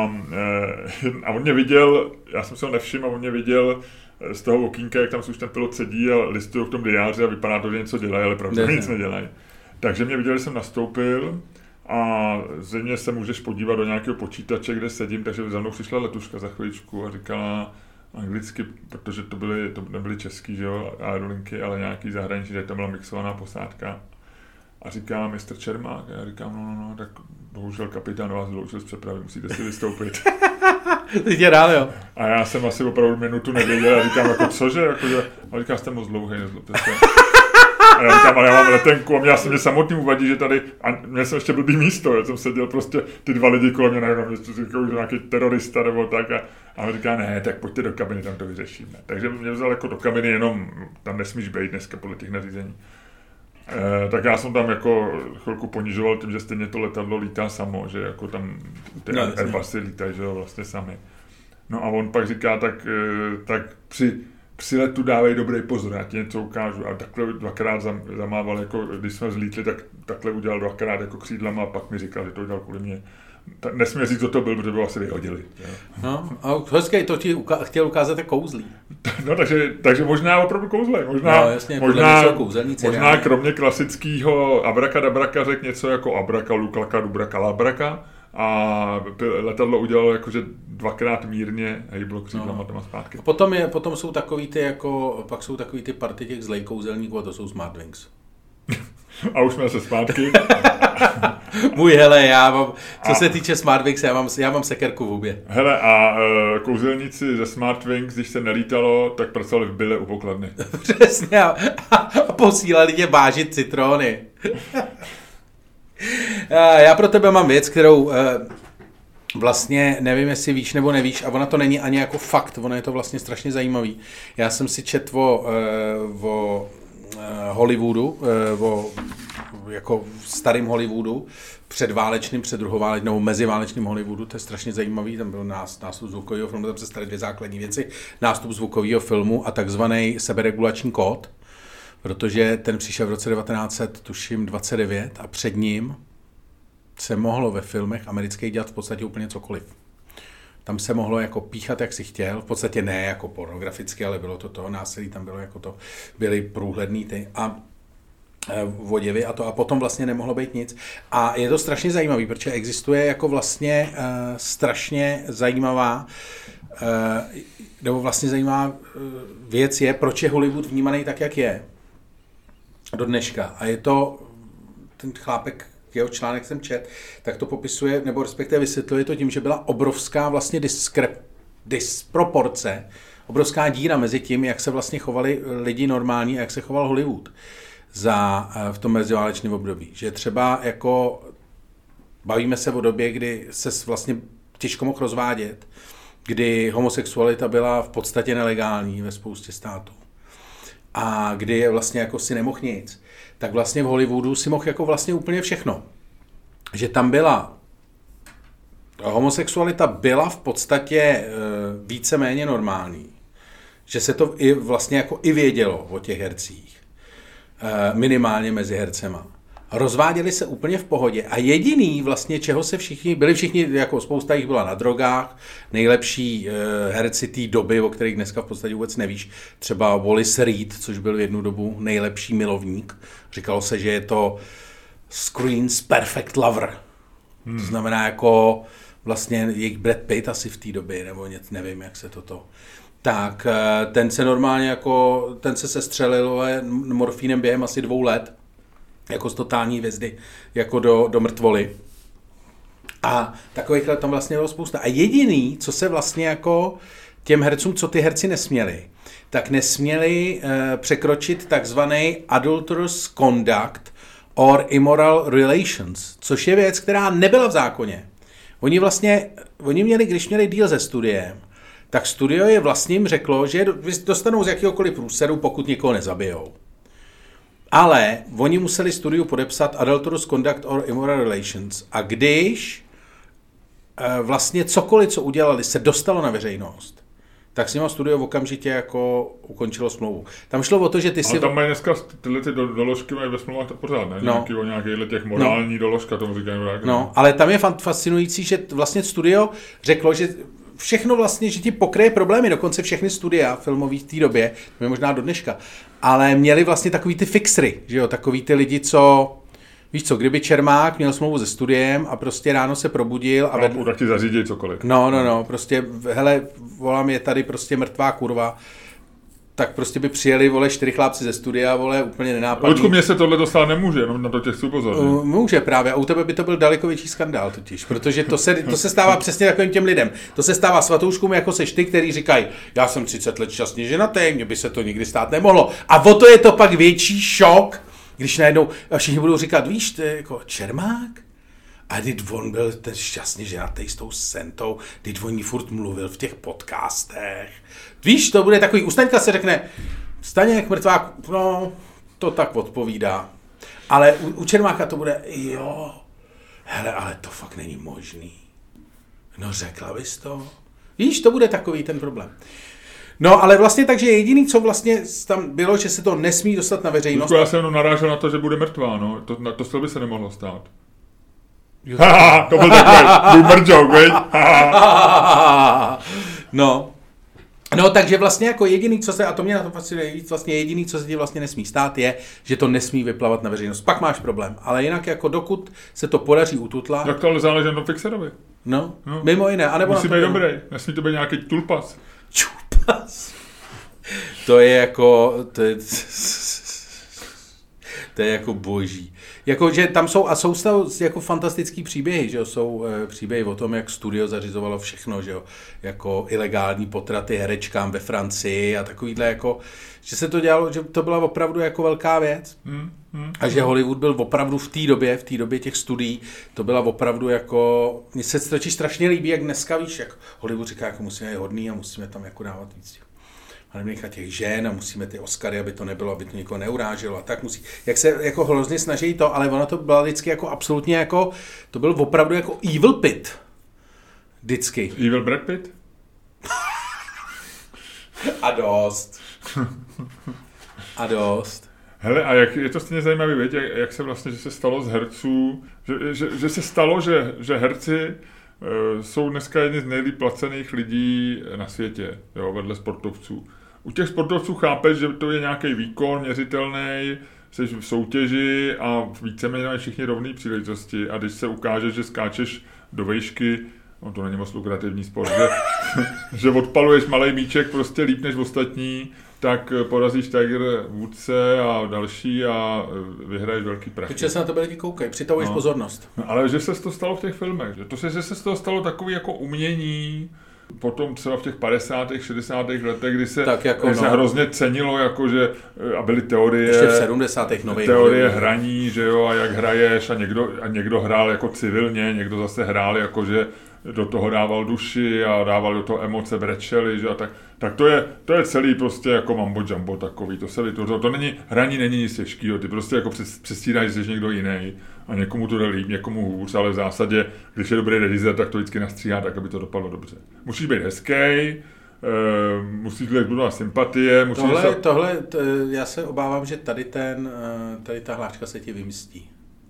a on mě viděl, já jsem se ho nevšiml a on mě viděl z toho okýnka, jak tam už ten pilot sedí a listují v tom diáři a vypadá to, že něco dělají, ale pravděpodobně nic nedělají. Takže mě viděl, že jsem nastoupil a zřejmě se můžeš podívat do nějakého počítače, kde sedím, takže za mnou přišla letuška za chviličku a říkala anglicky, protože to byly, to nebyly český, že jo, aerolinky, ale nějaký zahraniční, že tam byla mixovaná posádka. A říká mistr Čermák, a já říkám, no, no, no, tak bohužel kapitán vás vyloučil z přepravy, musíte si vystoupit. Ty tě rád, jo. A já jsem asi opravdu minutu nevěděl a říkám, jako cože, jako, že, a říká, jste moc dlouhý, nezlobte se. A já říkám, ale já mám letenku a mě asi mě samotný uvadí, že tady, a měl jsem ještě blbý místo, já jsem seděl prostě, ty dva lidi kolem mě najednou, že říkají, že nějaký terorista nebo tak a, a on říká, ne, tak pojďte do kabiny, tam to vyřešíme. Takže mě vzal jako do kabiny, jenom tam nesmíš být dneska podle těch nařízení. Eh, tak já jsem tam jako chvilku ponižoval tím, že stejně to letadlo lítá samo, že jako tam ty no, Airbusy lítají, že jo, vlastně sami. No a on pak říká, tak, tak při, při letu dávej dobrý pozor, já ti něco ukážu. A takhle dvakrát zamával, jako když jsme zlítli, tak takhle udělal dvakrát jako křídlama a pak mi říkal, že to udělal kvůli mě. Nesmí říct, co to byl, protože by ho asi vyhodili. Jo. No, a hezké, to ti uka- chtěl ukázat jako kouzlí. No, takže, takže možná opravdu kouzlej. Možná, no, jasně, možná, možná kromě klasického abrakadabraka řek něco jako abraka, luklaka, dubraka, labraka a letadlo udělalo jakože dvakrát mírně a hýblo křídlama tam a zpátky. A potom, je, potom jsou takový ty jako, pak jsou takový ty party těch zlej kouzelníků a to jsou Smartwings. A už jsme se zpátky. Můj, hele, já mám, co a... se týče Smartwings, já mám, já mám sekerku v hubě. Hele, a e, kouzelníci ze Smartwings, když se nelítalo, tak pracovali v byle u pokladny. Přesně, a, a posílali tě vážit citrony. Já pro tebe mám věc, kterou e, vlastně nevím, jestli víš nebo nevíš, a ona to není ani jako fakt, ono je to vlastně strašně zajímavý. Já jsem si četl o, e, o Hollywoodu, o jako starým Hollywoodu, předválečným, předruhoválečným, nebo meziválečným Hollywoodu, to je strašně zajímavý, tam byl nástup zvukového filmu, tam se staly dvě základní věci, nástup zvukového filmu a takzvaný seberegulační kód, protože ten přišel v roce devatenáct dvacet devět a před ním se mohlo ve filmech amerických dělat v podstatě úplně cokoliv. Tam se mohlo jako píchat, jak si chtěl, v podstatě ne jako pornograficky, ale bylo to to násilí, tam bylo jako to, byly průhledný ty a e, voděvy a to a potom vlastně nemohlo být nic. A je to strašně zajímavý, protože existuje jako vlastně e, strašně zajímavá e, nebo vlastně zajímavá věc je, proč je Hollywood vnímaný tak, jak je do dneška. A je to ten chlápek, jeho článek jsem čet, tak to popisuje, nebo respektive vysvětluje to tím, že byla obrovská vlastně diskrep, disproporce, obrovská díra mezi tím, jak se vlastně chovali lidi normální a jak se choval Hollywood za, v tom meziválečném období. Že třeba jako bavíme se o době, kdy se vlastně těžko mohl rozvádět, kdy homosexualita byla v podstatě nelegální ve spoustě států a kdy je vlastně jako si nemohl nic, tak vlastně v Hollywoodu si mohl jako vlastně úplně všechno. Že tam byla, homosexualita byla v podstatě e, víceméně normální. Že se to i vlastně jako i vědělo o těch hercích. E, minimálně mezi hercema. Rozváděli se úplně v pohodě. A jediný vlastně, čeho se všichni, byli všichni, jako spousta jich byla na drogách, nejlepší e, herci té doby, o kterých dneska v podstatě vůbec nevíš, třeba Wallace Reed, což byl v jednu dobu nejlepší milovník. Říkalo se, že je to Screen's Perfect Lover. Hmm. To znamená jako vlastně jejich Brad Pitt asi v té době, nebo něco, nevím, jak se toto. Tak ten se normálně jako, ten se sestřelil morfínem během asi dvou let, jako z totální hvězdy, jako do, do mrtvoly. A takových let tam vlastně bylo spousta. A jediný, co se vlastně jako těm hercům, co ty herci nesměli, tak nesměli eh, překročit takzvaný adulterous conduct or immoral relations, což je věc, která nebyla v zákoně. Oni vlastně, oni měli, když měli deal se studiem, tak studio je vlastně jim řeklo, že dostanou z jakéhokoliv průseru, pokud někoho nezabijou. Ale oni museli studiu podepsat adulterous conduct or immoral relations a když eh, vlastně cokoliv, co udělali, se dostalo na veřejnost, tak s nima studio okamžitě jako ukončilo smlouvu. Tam šlo o to, že ty si... Ale tam mají dneska tyhle ty doložky mají ve smlouvách pořád, ne? Nějaký no. o nějakých těch morální no. doložka, tomu říkají. No, ale tam je fascinující, že vlastně studio řeklo, že všechno vlastně, že ti pokryje problémy, dokonce všechny studia filmový v té době, to je možná do dneška, ale měli vlastně takový ty fixry, že jo, takový ty lidi, co... Víš co, kdyby Čermák měl smlouvu se studiem a prostě ráno se probudil a... No, tak ti zařídí cokoliv. No, no, no, prostě, hele, volám, je tady prostě mrtvá kurva, tak prostě by přijeli, vole, čtyři chlápci ze studia, vole, úplně nenápadný. Očku, mně se tohle dostat nemůže, jenom na to těch chci upozornit. Může právě, a u tebe by to byl daleko větší skandál totiž, protože to se, to se stává přesně takovým těm lidem. To se stává svatouškům jako seš ty, který říkají, já jsem třicet let šťastně ženatý, mně by se to nikdy stát nemohlo. A o to je to pak větší šok, když najednou všichni budou říkat, víš, to je jako Čermák? A když on byl ten šťastně ženatý s tou Sentou, když on ní furt mluvil v těch podcastech. Víš, to bude takový, u Staňka se řekne, Staněk mrtvák, no, to tak odpovídá. Ale u, u Čermáka to bude, jo, hele, ale to fakt není možný. No řekla bys to? Víš, to bude takový ten problém. No, ale vlastně takže jediný, co vlastně tam bylo, že se to nesmí dostat na veřejnost. Já jsem jenom narážel na to, že bude mrtvá, no. To, to, to by se nemohlo stát. Haha, to byl takový boomer joke, veď? No, No, takže vlastně jako jediný, co se, a to mě na to fascinuje víc, vlastně jediný, co se ti vlastně nesmí stát, je, že to nesmí vyplavat na veřejnost. Pak máš problém, ale jinak jako dokud se to podaří ututlat. Tak to ale záleží na Fixerovi. No, no, mimo jiné. A nebo musí být dobrý, nesmí to být nějaký tulpas. Tulpas. To je jako, to je, to je jako boží. Jako, že tam jsou, a jsou tam jako fantastický příběhy, že jo, jsou e, příběhy o tom, jak studio zařizovalo všechno, že jo, jako ilegální potraty herečkám ve Francii a takovýhle jako, že se to dělalo, že to byla opravdu jako velká věc. Hmm, hmm, a že Hollywood byl opravdu v té době, v té době těch studií, to byla opravdu jako, mně se totiž strašně líbí, jak dneska víš, jak Hollywood říká, jako musíme být hodný a musíme tam jako dávat víc. A nechat těch žen a musíme ty Oscary, aby to nebylo, aby to někoho neuráželo a tak musí. Jak se jako hrozně snaží to, ale ono to bylo vždycky jako absolutně jako, to byl opravdu jako evil pit. Vždycky. Evil Brad Pitt? A dost. A dost. Hele, a jak, je to stejně zajímavé, věď, jak, jak se vlastně, že se stalo z herců, že, že, že se stalo, že, že herci uh, jsou dneska jedni z nejlíp placených lidí na světě, jo, vedle sportovců. U těch sportovců chápeš, že to je nějaký výkon měřitelný, jsi v soutěži a víceméně mají všichni rovné příležitosti a když se ukáže, že skáčeš do vejšky, no to není moc lukrativní sport, že, že odpaluješ malej míček prostě líp než ostatní, tak porazíš Tiger Woodse a další a vyhraješ velký prachy. Protože se na to lidi koukají, přitahuješ no. pozornost. No, ale že se to stalo v těch filmech, že to se, že se z toho stalo takový jako umění, potom třeba v těch padesátých, šedesátých letech, kdy se, tak jako, se no. hrozně cenilo, jako že, a byly teorie, ještě v sedmdesátých nových teorie hraní, že jo, a jak hraješ a někdo, a někdo hrál jako civilně, někdo zase hrál jako, že do toho dával duši a dával do toho emoce, brečeli, že a tak, tak to je, to je celý prostě jako mambo jumbo takový, to se vytvořilo, to není, hraní není nic těžkýho, ty prostě jako přestíráš, že jsi někdo jiný a někomu to jde líp, někomu hůř, ale v zásadě, když je dobrý režisér, tak to vždycky nastříhá tak, aby to dopadlo dobře. Musíš být hezký, e, musíš budovat sympatie, musíš... Tohle, se... tohle t, já se obávám, že tady ten, tady ta hláška se ti vymstí.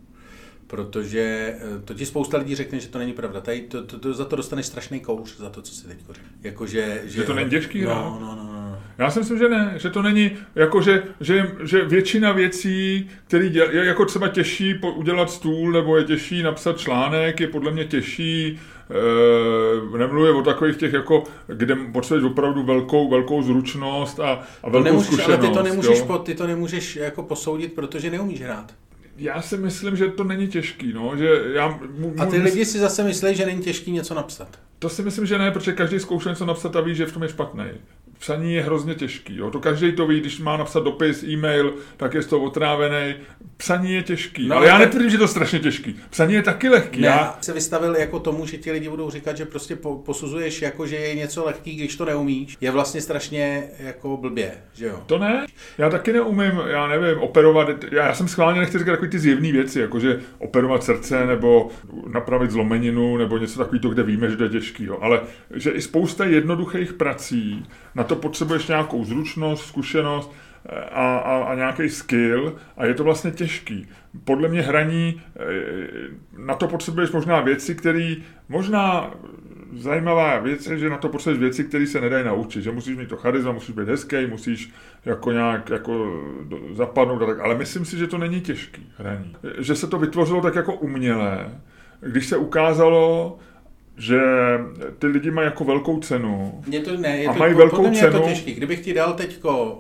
Protože to ti spousta lidí řekne, že to není pravda. Tady to, to, to, za to dostaneš strašný kouř, za to, co si teď řekl. Jakože, že, že to není těžký, no, no, no, no, no. Já si myslím, že ne, že to není, jakože, že, že většina věcí, které děl, je jako třeba těžší udělat stůl, nebo je těžší napsat článek, je podle mě těžší, e, nemluvě o takových těch, jako, kde potřebuješ opravdu velkou, velkou zručnost a, a velkou nemůžeš, zkušenost. Ale ty to nemůžeš, po, ty to nemůžeš jako posoudit, protože neumíš hrát. Já si myslím, že to není těžký, no, že já... Mu, a ty lidi si zase myslí, že není těžký něco napsat. To si myslím, že ne, protože každý zkoušel něco napsat a ví, že v tom je špatný. Psaní je hrozně těžký, jo. To každý to ví, když má napsat dopis, e-mail, tak je z toho otrávený. Psaní je těžký, no, ale já netvrdím, že to je strašně těžký. Psaní je taky lehký. Ne, já se vystavil jako tomu, že ti lidi budou říkat, že prostě po, posuzuješ jako, že je něco lehký, když to neumíš. Je vlastně strašně jako blbě, že jo. To ne, já taky neumím, já nevím, operovat, já, já jsem schválně nechci říkat takový ty zjevný věci, jakože operovat srdce, nebo napravit zlomeninu, nebo něco takového, kde víme, že to je těžký, jo. Ale že i spousta jednoduchých prací, na to potřebuješ nějakou zručnost, zkušenost a, a, a nějaký skill a je to vlastně těžký. Podle mě hraní, na to potřebuješ možná věci, které, možná zajímavá věc je, že na to potřebuješ věci, které se nedají naučit, že musíš mít to charisma, musíš být hezký, musíš jako nějak jako zapadnout a tak, ale myslím si, že to není těžký hraní. Že se to vytvořilo tak jako umělé, když se ukázalo, že ty lidi mají jako velkou cenu. Je to, ne, je a to, mají po, velkou cenu. Je to těžký. Kdybych ti dal teďko,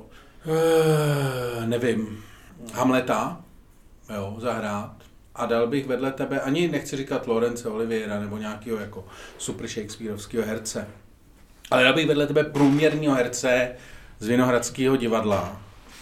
uh, nevím, Hamleta, jo, zahrát, a dal bych vedle tebe, ani nechci říkat Laurence Oliviera nebo nějakého jako super shakespearovského herce, ale dal bych vedle tebe průměrného herce z Vinohradského divadla.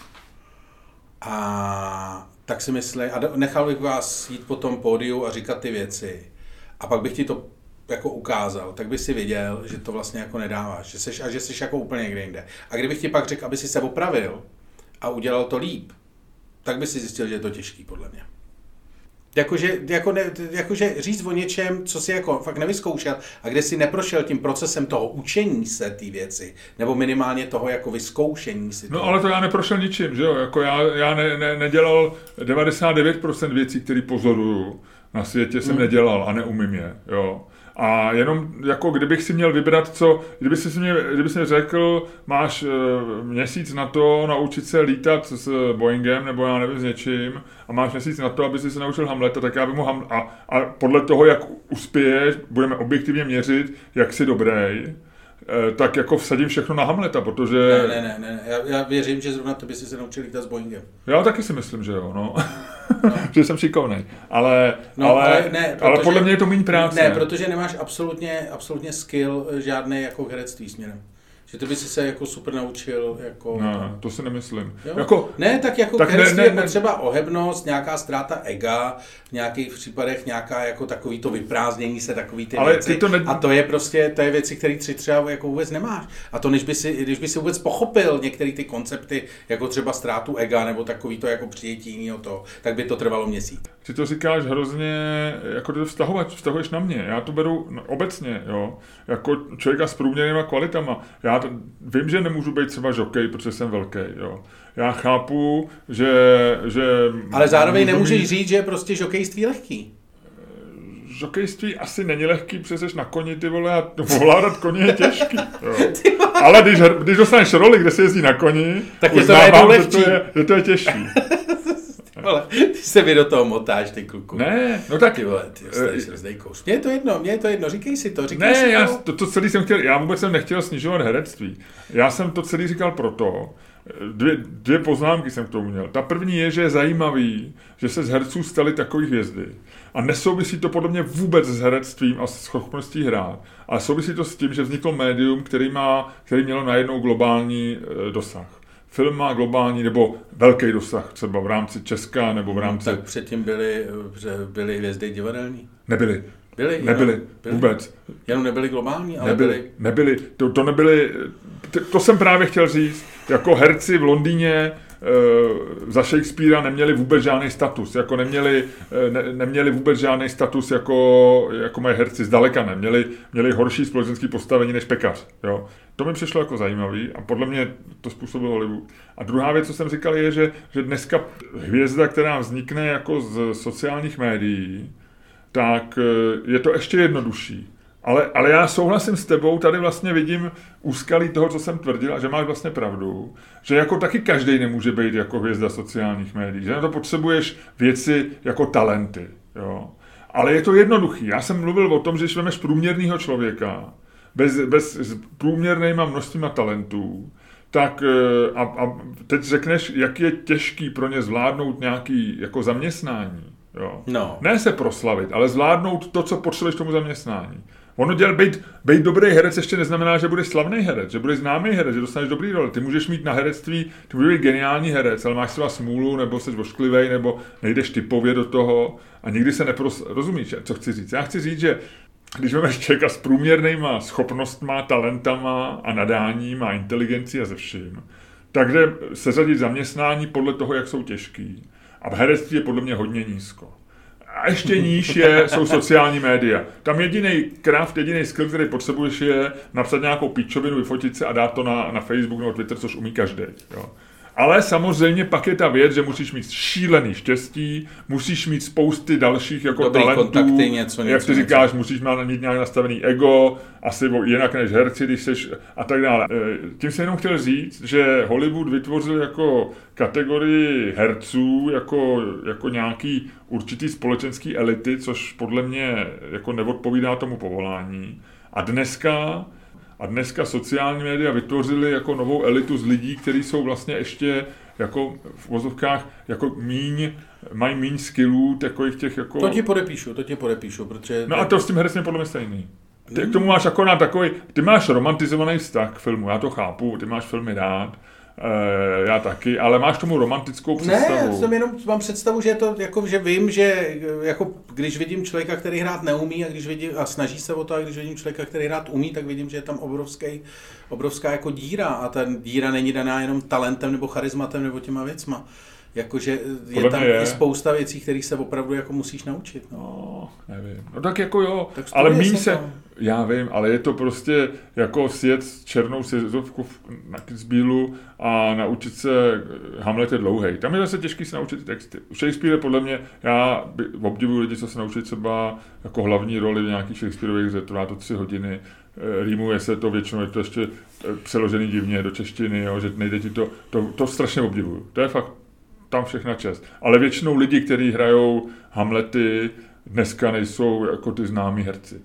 A tak si myslím, a nechal bych vás jít po tom pódiu a říkat ty věci. A pak bych ti to jako ukázal, tak by si viděl, že to vlastně jako nedáváš, že seš, a že jsi jako úplně někde jinde. A kdybych ti pak řekl, aby si se opravil a udělal to líp, tak by si zjistil, že je to těžký, podle mě. Jakože, jako ne, jakože říct o něčem, co si jako fakt nevyzkoušel a kde si neprošel tím procesem toho učení se té věci, nebo minimálně toho jako vyzkoušení si toho. No ale to já neprošel ničím, že jo, jako já, já ne, ne, nedělal devadesát devět procent věcí, které pozoruju na světě, jsem hmm. nedělal a neumím je, jo. A jenom jako kdybych si měl vybrat, co, kdyby si mě, kdyby si mě řekl, máš e, měsíc na to naučit se lítat s Boeingem, nebo já nevím, s něčím, a máš měsíc na to, aby si se naučil Hamleta, tak já bych mu Ham, a, a podle toho, jak uspěješ, budeme objektivně měřit, jak jsi dobrý, tak jako vsadím všechno na Hamleta, protože... Ne, ne, ne, ne. Já, já věřím, že zrovna to by si se naučil lítat s Boeingem. Já taky si myslím, že jo, no. no. že jsem šikovnej. Ale, no, ale, ale, ne, protože, ale podle mě je to méně práce. Ne, protože nemáš absolutně, absolutně skill žádný jako herectví směrem. Že to by si se jako super naučil. Jako ne, to, to si nemyslím. Jako, ne, tak jako tak herectví ne, ne, je potřeba ohebnost, nějaká ztráta ega, v nějakých případech nějaká jako takový to vyprázdnění se, takový ty ale věci. Ty to ne... A to je prostě, to je věci, které tři třeba jako vůbec nemáš. A to, než by si, když by si vůbec pochopil některé ty koncepty, jako třeba ztrátu ega, nebo takový to jako přijetí jiného toho, tak by to trvalo měsíc. Ty to říkáš hrozně, jako to vztahovat, vztahuješ na mě. Já to beru obecně, jo, jako člověka s průměrnýma kvalitama. Já to, vím, že nemůžu být třeba žokej, protože jsem velký, jo. Já chápu, že... že ale zároveň nemůžeš mít... říct, že je prostě žokejství lehký. Žokejství asi není lehký, přeseš na koni, ty vole, a ovládat koně je těžký. Jo. Ale když, když dostaneš roli, kde se jezdí na koni, tak je to najednou lehčí. Že to je, že to je těžší. Ale ty se mi do toho motáš, ty kluku. Ne, no tak... Ty vole, ty dostaneš rozdej kous. Mně je to jedno, mně je to jedno, říkej si to, říkej ne, si já, to. to. To celý jsem chtěl, já vůbec jsem nechtěl snižovat herectví. Já jsem to celý říkal proto, dvě, dvě poznámky jsem k tomu měl. Ta první je, že je zajímavý, že se z herců staly takový hvězdy. A nesouvisí to podle mě vůbec s herectvím a s schopností hrát. Ale souvisí to s tím, že vzniklo médium, který, má, který mělo najednou globální e, dosah. Film má globální nebo velký dosah, třeba v rámci Česka nebo v rámci... Tak předtím byly, byly hvězdy divadelní? Nebyly. Byly? Nebyly, jenom, byly. Vůbec. Jenom nebyly globální, ale nebyly. byly. Nebyly, to, to nebyly, to, to jsem právě chtěl říct, jako herci v Londýně za Shakespearea neměli vůbec žádný status, jako neměli, ne, neměli vůbec žádný status, jako, jako mají herci, zdaleka neměli, měli horší společenské postavení než pekař, jo. To mi přišlo jako zajímavý a podle mě to způsobilo Hollywood. A druhá věc, co jsem říkal, je, že, že dneska hvězda, která vznikne jako z sociálních médií, tak je to ještě jednodušší. Ale, ale já souhlasím s tebou, tady vlastně vidím úskalí toho, co jsem tvrdil, a že máš vlastně pravdu, že jako taky každý nemůže být jako hvězda sociálních médií, že na to potřebuješ věci jako talenty, jo. Ale je to jednoduchý. Já jsem mluvil o tom, že když vemeš průměrného člověka, bez, bez s průměrnýma množstvím talentů, tak a, a teď řekneš, jak je těžký pro ně zvládnout nějaký jako zaměstnání, jo. No. Ne se proslavit, ale zvládnout to, co potřebuješ tomu zaměstnání. Ono dělat, být, být dobrý herec ještě neznamená, že budeš slavný herec, že budeš známý herec, že dostaneš dobrý roli. Ty můžeš mít na herectví, ty můžeš být geniální herec, ale máš třeba smůlu, nebo jsi ošklivej, nebo nejdeš typově do toho a nikdy se nepros... Rozumíš, co chci říct? Já chci říct, že když máš člověka s průměrnýma schopnostma, talentama a nadáním a inteligencí a ze vším, takže seřadit zaměstnání podle toho, jak jsou těžký. A v herectví je podle mě hodně nízko. A ještě níž je, jsou sociální média. Tam jediný craft, jediný skill, který potřebuješ, je napsat nějakou pičovinu, vyfotit se a dát to na, na Facebook nebo Twitter, což umí každý. Jo. Ale samozřejmě pak je ta věc, že musíš mít šílený štěstí, musíš mít spousty dalších jako dobrý talentů, kontakty, něco, jak něco, ty říkáš, něco. Musíš mít nějak nastavený ego, asi jinak než herci, když seš a tak dále. Tím jsem jenom chtěl říct, že Hollywood vytvořil jako kategorii herců, jako, jako nějaký určitý společenský elity, což podle mě jako neodpovídá tomu povolání. A dneska A dneska sociální média vytvořily jako novou elitu z lidí, kteří jsou vlastně ještě jako v vozovkách jako míň, mají míň skillů, takových těch jako... To ti podepíšu, to ti podepíšu, protože... No a to s tím hercem je podle mě stejný. Ty k tomu máš akorát takový, ty máš romantizovaný vztah k filmu, já to chápu, ty máš filmy rád, e, já taky, ale máš tomu romantickou představu. Ne, jsem jenom mám představu, že je to jako, že vím, že jako když vidím člověka, který hrát neumí a když vidím a snaží se o to, a když vidím člověka, který hrát umí, tak vidím, že je tam obrovský, obrovská jako díra a ta díra není daná jenom talentem nebo charizmatem nebo těma věcma. Jakože je Podle tam je. i spousta věcí, kterých se opravdu jako musíš naučit. No, no nevím. No tak jako jo, tak ale míň se, to. já vím, ale je to prostě jako sjet černou sjezdovku na Kitzbühelu a naučit se, Hamlet je dlouhej. Tam je zase těžký se naučit texty. Shakespeare podle mě, já obdivuju lidi, co se naučí třeba jako hlavní roli v nějakých Shakespeareových hře, trvá to tři hodiny, rýmuje se to většinou, je to ještě přeložený divně do češtiny, jo, že nejde ti to, to, to strašně obdivuju. To je fakt tam všechna čest. Ale většinou lidi, kteří hrajou Hamlety, dneska nejsou jako ty známí herci.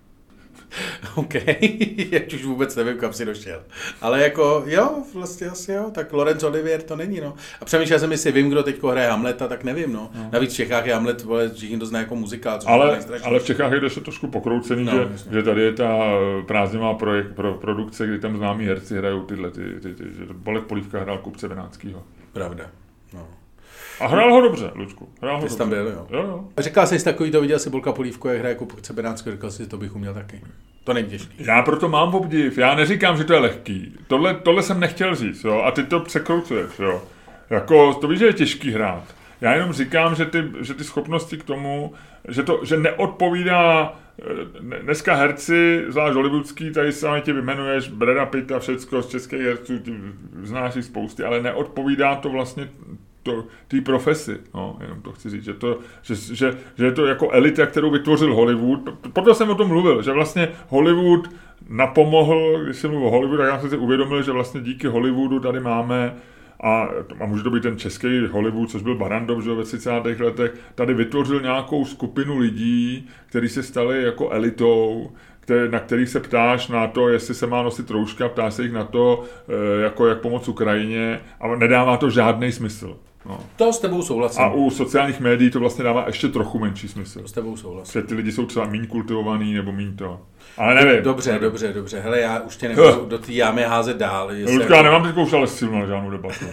OK, já už vůbec nevím, kam si došel. Ale jako, jo, vlastně asi jo, tak Laurence Olivier to není, no. A přemýšlel jsem, jestli vím, kdo teďko hraje Hamleta, tak nevím, no. no. Navíc v Čechách je Hamlet, vole, všichni to zná jako muzikál, což ale, je ale v Čechách je to trošku pokroucený, no, že, že tady je ta prázdnivá projekt, pro, produkce, kdy tam známí herci hrajou tyhle, ty, ty, ty, že Bolek Polívka hrál Kupce Benátskýho. Pravda, no. A hrál ho dobře, Lučku. Hrál ho Ty jsi tam byl, jo. jo, jo. A říkal jsi takový, to viděl si Bolka Polívku, jak hraje Kupce Benátského, říkal jsi, to bych uměl taky. To není těžký. Já proto mám obdiv, já neříkám, že to je lehký. Tohle, tohle jsem nechtěl říct, jo, a ty to překroucuješ, jo. Jako, to víš, že je těžký hrát. Já jenom říkám, že ty, že ty schopnosti k tomu, že to, že neodpovídá, dneska herci, zvlášť hollywoodský, tady sami tě vyjmenuješ, Brada Pitta, všecko z českých herců, znáš jich spousty, ale neodpovídá to vlastně to, té profesi, no, jenom to chci říct, že, to, že, že, že je to jako elita, kterou vytvořil Hollywood, proto jsem o tom mluvil, že vlastně Hollywood napomohl, když jsem mluvil o Hollywoodu, tak já jsem si uvědomil, že vlastně díky Hollywoodu tady máme, a, a může to být ten český Hollywood, což byl Barrandov, že ve třicátých letech, tady vytvořil nějakou skupinu lidí, kteří se stali jako elitou, které, na kterých se ptáš na to, jestli se má nosit rouška, ptáš se jich na to, jako jak pomoct Ukrajině, a nedává to žádný smysl. No. To s tebou souhlasím. A u sociálních médií to vlastně dává ještě trochu menší smysl. To s tebou souhlasím. Protože ty lidi jsou třeba míň kultivovaný nebo míň to. Ale nevím. Dobře, nevím. dobře, dobře. Hele, já už tě nebudu do té jámy házet dál. Luďka, jako... já nemám teď už ale sílu na žádnou debatu.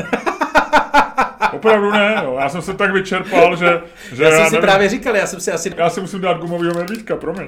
Opravdu ne, jo. Já jsem se tak vyčerpal, že... že já jsem já si nevím, právě říkal, já jsem si asi... Já si musím dát gumovýho medvídka, promiň.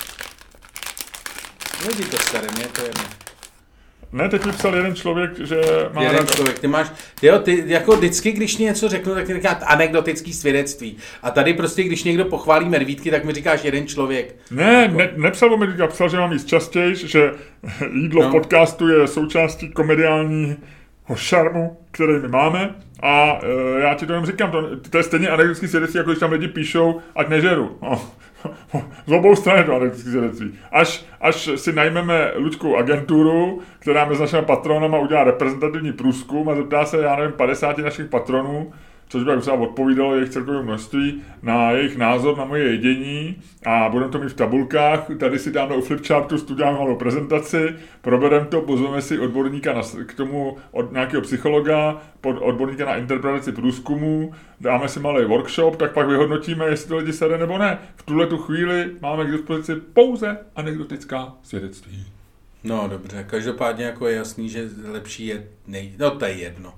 Nejdi to staré, mě to jedno. Ne, teď mi psal jeden člověk, že má... Jeden rád... člověk, ty máš, jo, ty jako vždycky, když něco řeknu, tak mi říkáš anekdotický svědectví. A tady prostě, když někdo pochválí medvídky, tak mi říkáš jeden člověk. Ne, jako... ne nepsal o medvídka, psal, že mám jíst častěji, že jídlo no. v podcastu je součástí komediálního šarmu, který my máme. A e, já ti to jenom říkám, to, to je stejně anekdotický svědectví, jako když tam lidi píšou, ať nežeru. No. Z obou stran je to anekdotické svědectví. Až, až si najmeme Luďkou agenturu, která mezi našimi patronama udělá reprezentativní průzkum a zeptá se, já nevím, padesáti našich patronů, což by třeba odpovídalo jejich celkovém množství, na jejich názor na moje jedění a budeme to mít v tabulkách. Tady si dáme u flipchartu, uděláme malou prezentaci, probereme to, pozveme si odborníka na, k tomu od nějakého psychologa, pod odborníka na interpretaci průzkumu, dáme si malý workshop, tak pak vyhodnotíme, jestli to lidi sede nebo ne. V tuhle tu chvíli máme k dispozici pouze anekdotická svědectví. No dobře, každopádně jako je jasný, že lepší je nej... No to je jedno.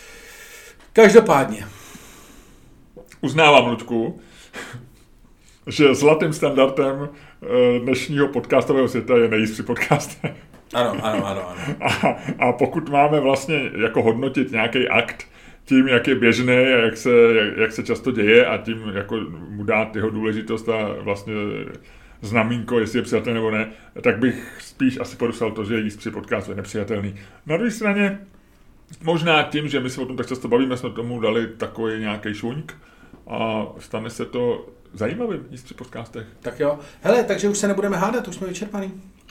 Každopádně. Uznávám, Luďku, že zlatým standardem dnešního podcastového světa je nejíst při podcastech. Ano, ano, ano. ano. A, a pokud máme vlastně jako hodnotit nějaký akt tím, jak je běžný a jak se, jak, jak se často děje a tím jako mu dát jeho důležitost a vlastně znamínko, jestli je přijatelný nebo ne, tak bych spíš asi podepsal to, že jíst při podcastu je nepřijatelný. Na druhé straně možná tím, že my se o tom tak často bavíme, jsme tomu dali takový nějaký šuňk a stane se to zajímavým jíst při podcastech. Tak jo. Hele, takže už se nebudeme hádat, už jsme vyčerpaný.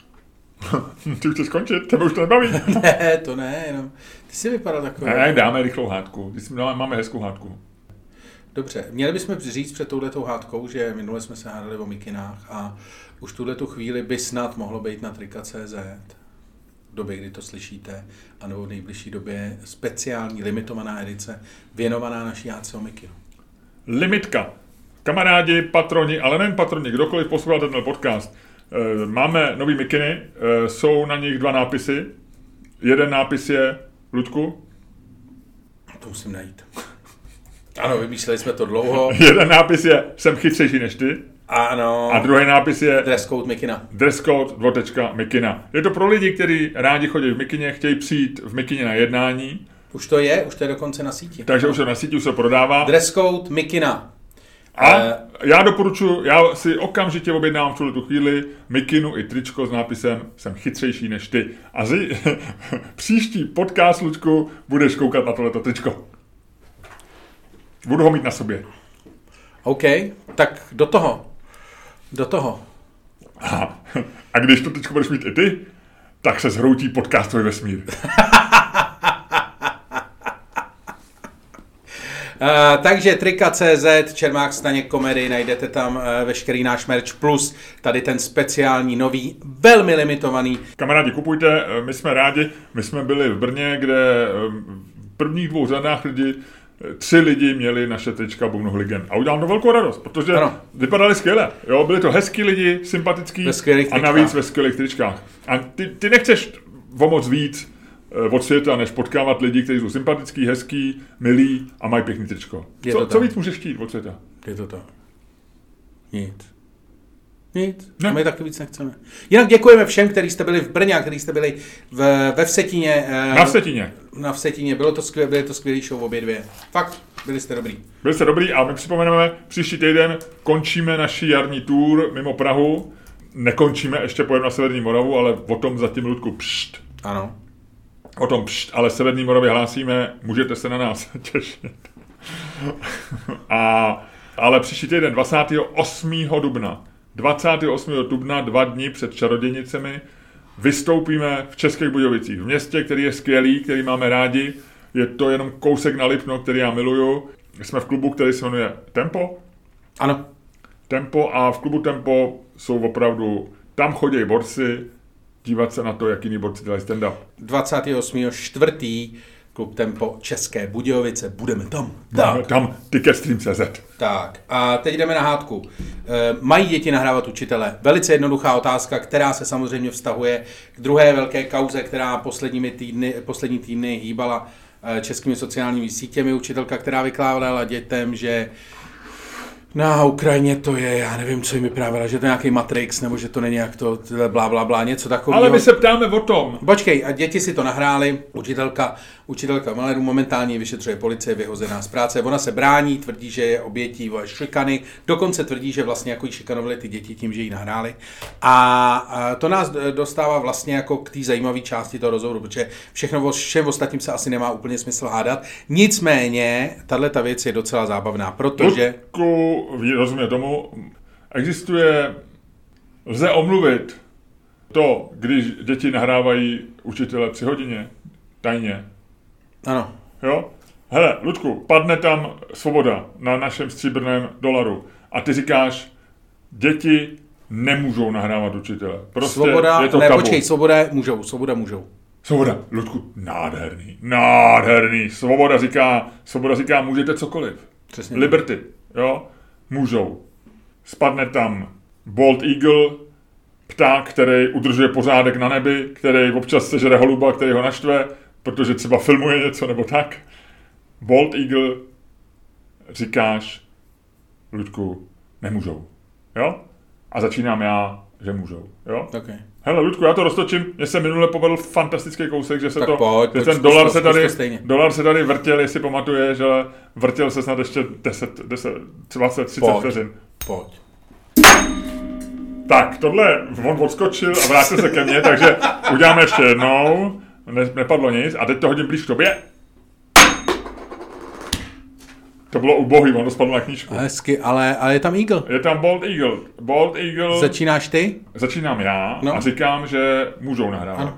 Ty už chceš skončit? Tebe už to nebaví? Ne, to ne, jenom. Ty jsi vypadal takový. Ne, dáme rychlou hádku. Máme hezkou hádku. Dobře, měli bychom říct před touhletou hádkou, že minule jsme se hádali o mikinách a už tuhletu chvíli by snad mohlo být na trika tečka cé zet. V době, kdy to slyšíte, anebo v nejbližší době speciální limitovaná edice věnovaná naší hádce o mikinu. Limitka. Kamarádi, patroni, ale nejen patroni, kdokoliv poslouchá ten podcast. Máme nový mikiny, jsou na nich dva nápisy. Jeden nápis je, Luďku? To musím najít. Ano, vymýšleli jsme to dlouho. Jeden nápis je, jsem chytřejší než ty. Ano. A druhý nápis je Dress code mikina. Dress code dvotečka mikina. Je to pro lidi, kteří rádi chodí v mikině, chtějí přijít v mikině na jednání Už to je, už to je dokonce na síti. Takže už to na síti, už se prodává. Dress code Mikina. A uh, já doporučuji, já si okamžitě objednám v tuhle tu chvíli mikinu i tričko s nápisem jsem chytřejší než ty. A zi, příští podcast, Luďku, budeš koukat na tohleto tričko. Budu ho mít na sobě. OK, tak do toho. Do toho. A, a když to tričko budeš mít i ty, tak se zhroutí podcastový vesmír. Uh, takže trika tečka cé zet, Čermák Staněk Komedy, najdete tam uh, veškerý náš merch plus tady ten speciální, nový, velmi limitovaný. Kamarádi, kupujte, my jsme rádi, my jsme byli v Brně, kde v prvních dvou řadách lidi, tři lidi měli naše trička Bubnu Hligen. A udělám to velkou radost, protože ano. Vypadali skvěle. Jo, byli to hezký lidi, sympatický a navíc ve skvělých tričkách. A ty, ty nechceš o moc víc od světa, než potkávat lidi, kteří jsou sympatický, hezký, milí a mají pěkný tričko. Co, co víc můžeš chtít od světa? Je to tak. Nic. Nic. Ne. A my taky víc nechceme. Jinak děkujeme všem, kteří jste byli v Brně, kteří jste byli v, ve Vsetíně. Na Vsetíně. Na Vsetíně. Bylo to skvělé, byly to skvělý show obě dvě. Fakt, byli jste dobrý. Byli jste dobrý a my připomeneme, příští týden končíme naši jarní tour mimo Prahu. Nekončíme, ještě pojedeme na Severní Moravu, ale o tom zatím, Ludku, pšt. Ano. O tom pšt, ale Severní Moravě hlásíme, můžete se na nás těšit. a, ale příští týden, dvacátého osmého dubna, dvacátého osmého dubna, dva dny před Čarodějnicemi, vystoupíme v Českých Budějovicích, v městě, který je skvělý, který máme rádi. Je to jenom kousek na Lipno, který já miluju. Jsme v klubu, který se jmenuje Tempo. Ano. Tempo a v klubu Tempo jsou opravdu, tam chodí borci, dívat se na to, jak jiný borci dělají stand-up. dvacátého osmého čtvrtého klub Tempo České Budějovice. Budeme tam. Budeme tak. Tam, ticketstream tečka cé zet. Tak a teď jdeme na hádku. E, mají děti nahrávat učitele? Velice jednoduchá otázka, která se samozřejmě vztahuje k druhé velké kauze, která posledními týdny, poslední týdny hýbala e, českými sociálními sítěmi. Učitelka, která vykládala dětem, že na Ukrajině to je, já nevím, co jim vyprávěla, že to je nějaký Matrix, nebo že to není jak to, blá, blá, blá, něco takového. Ale my se ptáme o tom. Počkej, a děti si to nahrály, učitelka, učitelka Maleru momentálně vyšetřuje policie, vyhozená z práce, ona se brání, tvrdí, že je obětí šikany, dokonce tvrdí, že vlastně jako jí šikanovali ty děti tím, že jí nahrály. A, a to nás dostává vlastně jako k té zajímavé části toho rozhovoru, protože všechno, všem ostatním se asi nemá úplně smysl hádat. Nicméně, tato věc je docela zábavná, protože... Ludku, rozumím tomu, existuje, lze omluvit to, když děti nahrávají učitele při hodině, tajně. Ano. Jo? Hele, Ludku, padne tam Svoboda na našem stříbrném dolaru a ty říkáš, děti nemůžou nahrávat učitele. Prostě Svoboda, je to ne, tabu. počkej, Svoboda můžou, Svoboda můžou. Svoboda, Ludku, nádherný, nádherný. Svoboda říká, Svoboda říká, můžete cokoliv. Přesně. Liberty, jo? Můžou. Spadne tam Bald Eagle, pták, který udržuje pořádek na nebi, který občas sežere holuba, který ho naštve, protože třeba filmuje něco nebo tak. Bald Eagle, říkáš, Ludku, nemůžou. Jo? A začínám já, že můžou. Jo? Okay. Hele, Ludku, já to roztočím. Mně se minule povedl fantastický kousek, že se tak to, pojď, že pojď, ten pojď, dolar, pojď, se tady, pojď dolar se tady vrtěl, jestli pamatuješ, ale vrtěl se snad ještě deset, deset, dvacet, třicet vteřin. Pojď. Tak, tohle on odskočil a vrátil se ke mně, takže uděláme ještě jednou. Ne, nepadlo nic a teď to hodím blíž k tobě. To bylo ubohý, on to spadlo na knížku. Hezky, ale, ale je tam Eagle. Je tam Bald Eagle. Bald Eagle. Začínáš ty? Začínám já no. A říkám, že můžou nahrávat.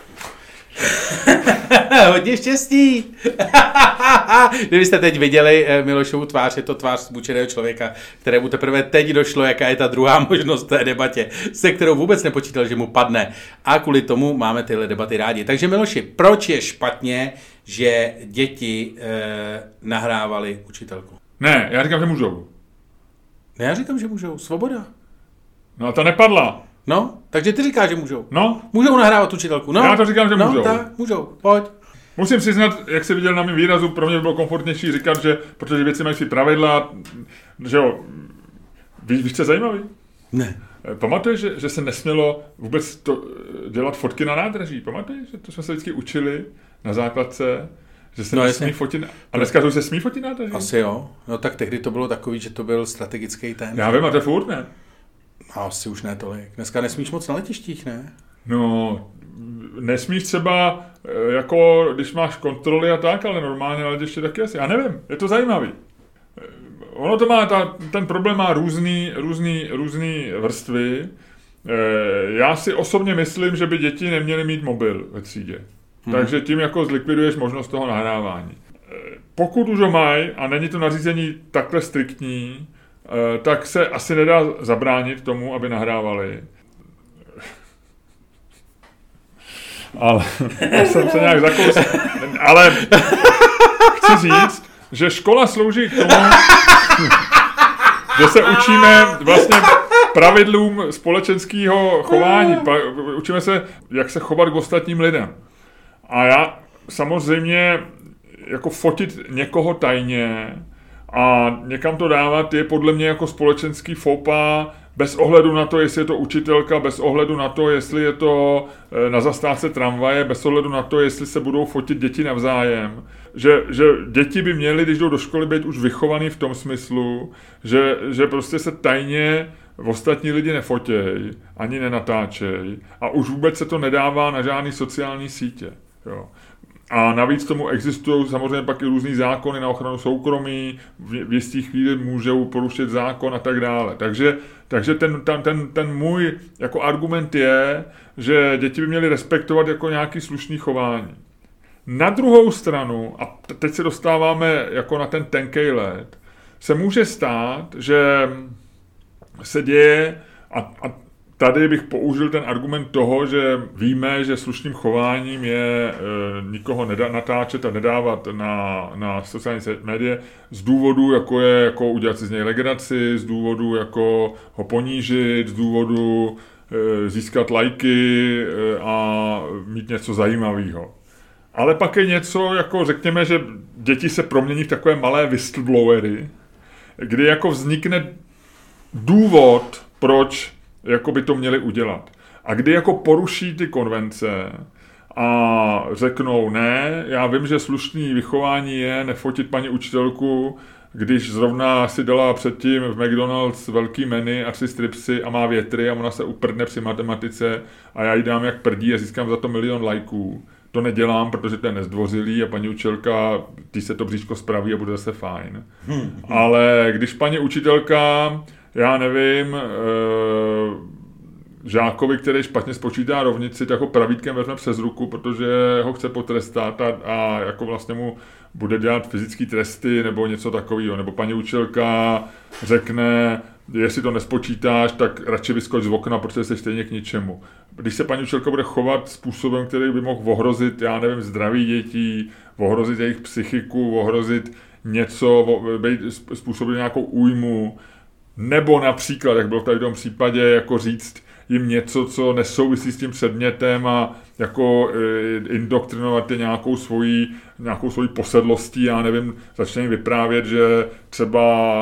Hodně štěstí. Kdybyste teď viděli Milošovu tvář, je to tvář zbučeného člověka, kterému teprve teď došlo, jaká je ta druhá možnost té debatě, se kterou vůbec nepočítal, že mu padne. A kvůli tomu máme tyhle debaty rádi. Takže Miloši, proč je špatně, že děti eh, nahrávali učitelku? Ne, já říkám, že můžou. Ne, já říkám, že můžou. Svoboda. No a ta nepadla. No, takže ty říkáš, že můžou. No. Můžou nahrávat učitelku. No. Já to říkám, že no, můžou. Tak, můžou. Pojď. Musím přiznat, jak jsi viděl na mém výrazu, pro mě by bylo komfortnější říkat, že protože věci mají svý pravidla, že jo, víš, víš co je zajímavý? Ne. Pamatuješ, že, že se nesmělo vůbec to, dělat fotky na nádraží? Pamatuješ, že to jsme se vždycky učili na základce, Že se no, nesmí fotit. A dneska to se smí fotit nátaží? Asi jo. No tak tehdy to bylo takový, že to byl strategický ten. Já vím, a to je furt, ne? A asi už ne tolik. Dneska nesmíš moc na letištích, ne? No, nesmíš třeba, jako když máš kontroly a tak, ale normálně na letiště taky asi. Já nevím, je to zajímavý. Ono to má, ta, ten problém má různý, různý, různý vrstvy. Já si osobně myslím, že by děti neměly mít mobil ve třídě. Hmm. Takže tím jako zlikviduješ možnost toho nahrávání. Pokud už ho mají a není to nařízení takhle striktní, tak se asi nedá zabránit tomu, aby nahrávali. Ale jsem se nějak zakous. Ale chci říct, že škola slouží k tomu, že se učíme vlastně pravidlům společenského chování. Učíme se, jak se chovat k ostatním lidem. A já samozřejmě jako fotit někoho tajně a někam to dávat je podle mě jako společenský fópa, bez ohledu na to, jestli je to učitelka, bez ohledu na to, jestli je to na zastávce tramvaje, bez ohledu na to, jestli se budou fotit děti navzájem. Že, že děti by měly, když jdou do školy, být už vychovaný v tom smyslu, že, že prostě se tajně ostatní lidi nefotěj, ani nenatáčej a už vůbec se to nedává na žádný sociální sítě. Jo. A navíc tomu existují samozřejmě pak i různý zákony na ochranu soukromí, v jistých chvíli můžou porušit zákon a tak dále. Takže, takže ten, ten, ten, ten můj jako argument je, že děti by měly respektovat jako nějaký slušný chování. Na druhou stranu, a teď se dostáváme jako na ten tenkej led, se může stát, že se děje, a, a tady bych použil ten argument toho, že víme, že slušným chováním je e, nikoho nedá, natáčet a nedávat na, na sociální média z důvodu, jako je jako udělat si z něj legraci, z důvodu jako ho ponížit, z důvodu e, získat lajky e, a mít něco zajímavého. Ale pak je něco, jako řekněme, že děti se promění v takové malé whistleblowery, kdy jako vznikne důvod, proč jako by to měli udělat. A kdy jako poruší ty konvence a řeknou ne, já vím, že slušný vychování je nefotit paní učitelku, když zrovna si dala předtím v McDonald's velký menu a tři stripsy a má větry a ona se uprdne při matematice a já jí dám jak prdí a získám za to milion lajků. To nedělám, protože to je nezdvořilý a paní učitelka, ty se to bříško spraví a bude zase fajn. Hmm. Ale když paní učitelka, já nevím, e, žákovi, který špatně spočítá rovnici, tak ho pravítkem vezme přes ruku, protože ho chce potrestat a, a jako vlastně mu bude dělat fyzické tresty nebo něco takového. Nebo paní učitelka řekne, jestli to nespočítáš, tak radši vyskoč z okna, protože jsi stejně k ničemu. Když se paní učitelka bude chovat způsobem, který by mohl ohrozit, já nevím, zdraví dětí, ohrozit jejich psychiku, ohrozit něco, způsobit nějakou újmu, nebo například, jak bylo v tady tom případě, jako říct jim něco, co nesouvisí s tím předmětem a jako e, indoktrinovat je nějakou svojí, nějakou svojí posedlostí, já nevím, začne jim vyprávět, že třeba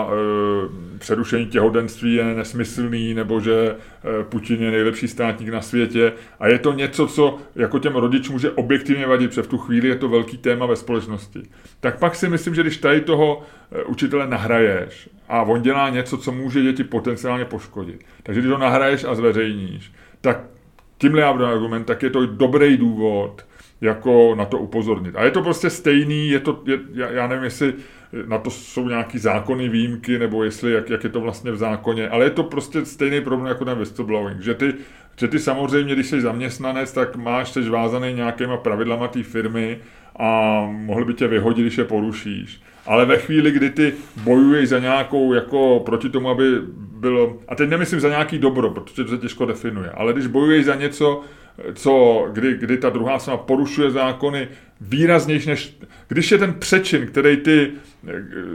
e, přerušení těhotenství je nesmyslný, nebo že e, Putin je nejlepší státník na světě a je to něco, co jako těm rodičům může objektivně vadit, protože v tu chvíli je to velký téma ve společnosti. Tak pak si myslím, že když tady toho e, učitele nahraješ a on dělá něco, co může děti potenciálně poškodit, takže když ho nahraješ a zveřejníš, tak tímhle já budu argument, tak je to dobrý důvod jako na to upozornit. A je to prostě stejný, je to, je, já nevím, jestli na to jsou nějaký zákony, výjimky, nebo jestli, jak, jak je to vlastně v zákoně, ale je to prostě stejný problém jako ten whistleblowing, že ty, že ty samozřejmě, když jsi zaměstnanec, tak máš, jsi vázaný nějakýma pravidlama té firmy a mohli by tě vyhodit, když je porušíš. Ale ve chvíli, kdy ty bojuješ za nějakou, jako proti tomu, aby bylo, a teď nemyslím za nějaký dobro, protože to se těžko definuje, ale když bojuješ za něco, co, kdy, kdy ta druhá strana porušuje zákony výraznější, než když je ten přečin, který ty e,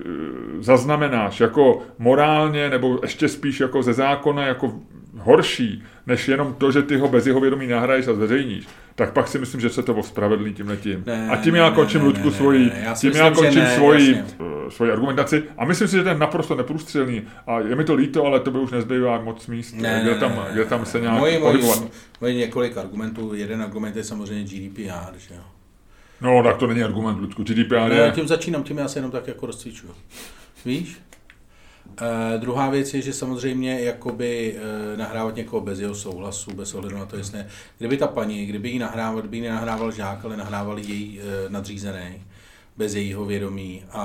zaznamenáš jako morálně, nebo ještě spíš jako ze zákona, jako horší, než jenom to, že ty ho bez jeho vědomí nahraješ a zveřejníš, tak pak si myslím, že se to ospravedlní tímhletím. A tím já končím, Luďku, svoji, tím já končím svoji, svoji argumentaci a myslím si, že to je naprosto neprůstřelný a je mi to líto, ale to by už nezbývá moc míst, ne, kde, tam, ne, kde tam se nějak moji, pohybovat. Moji několik argumentů, jeden argument je samozřejmě G D P R, že jo. No, tak to není argument, Ludku, G D P R je... No, já tím začínám, tím já se jenom tak jako rozcvičuju. Víš? Uh, druhá věc je, že samozřejmě jakoby uh, nahrávat někoho bez jeho souhlasu, bez ohledu na to, jestli ne. Kdyby ta paní, kdyby jí nahrával, kdyby jí nenahrával žák, ale nahrával její uh, nadřízený, bez jejího vědomí a,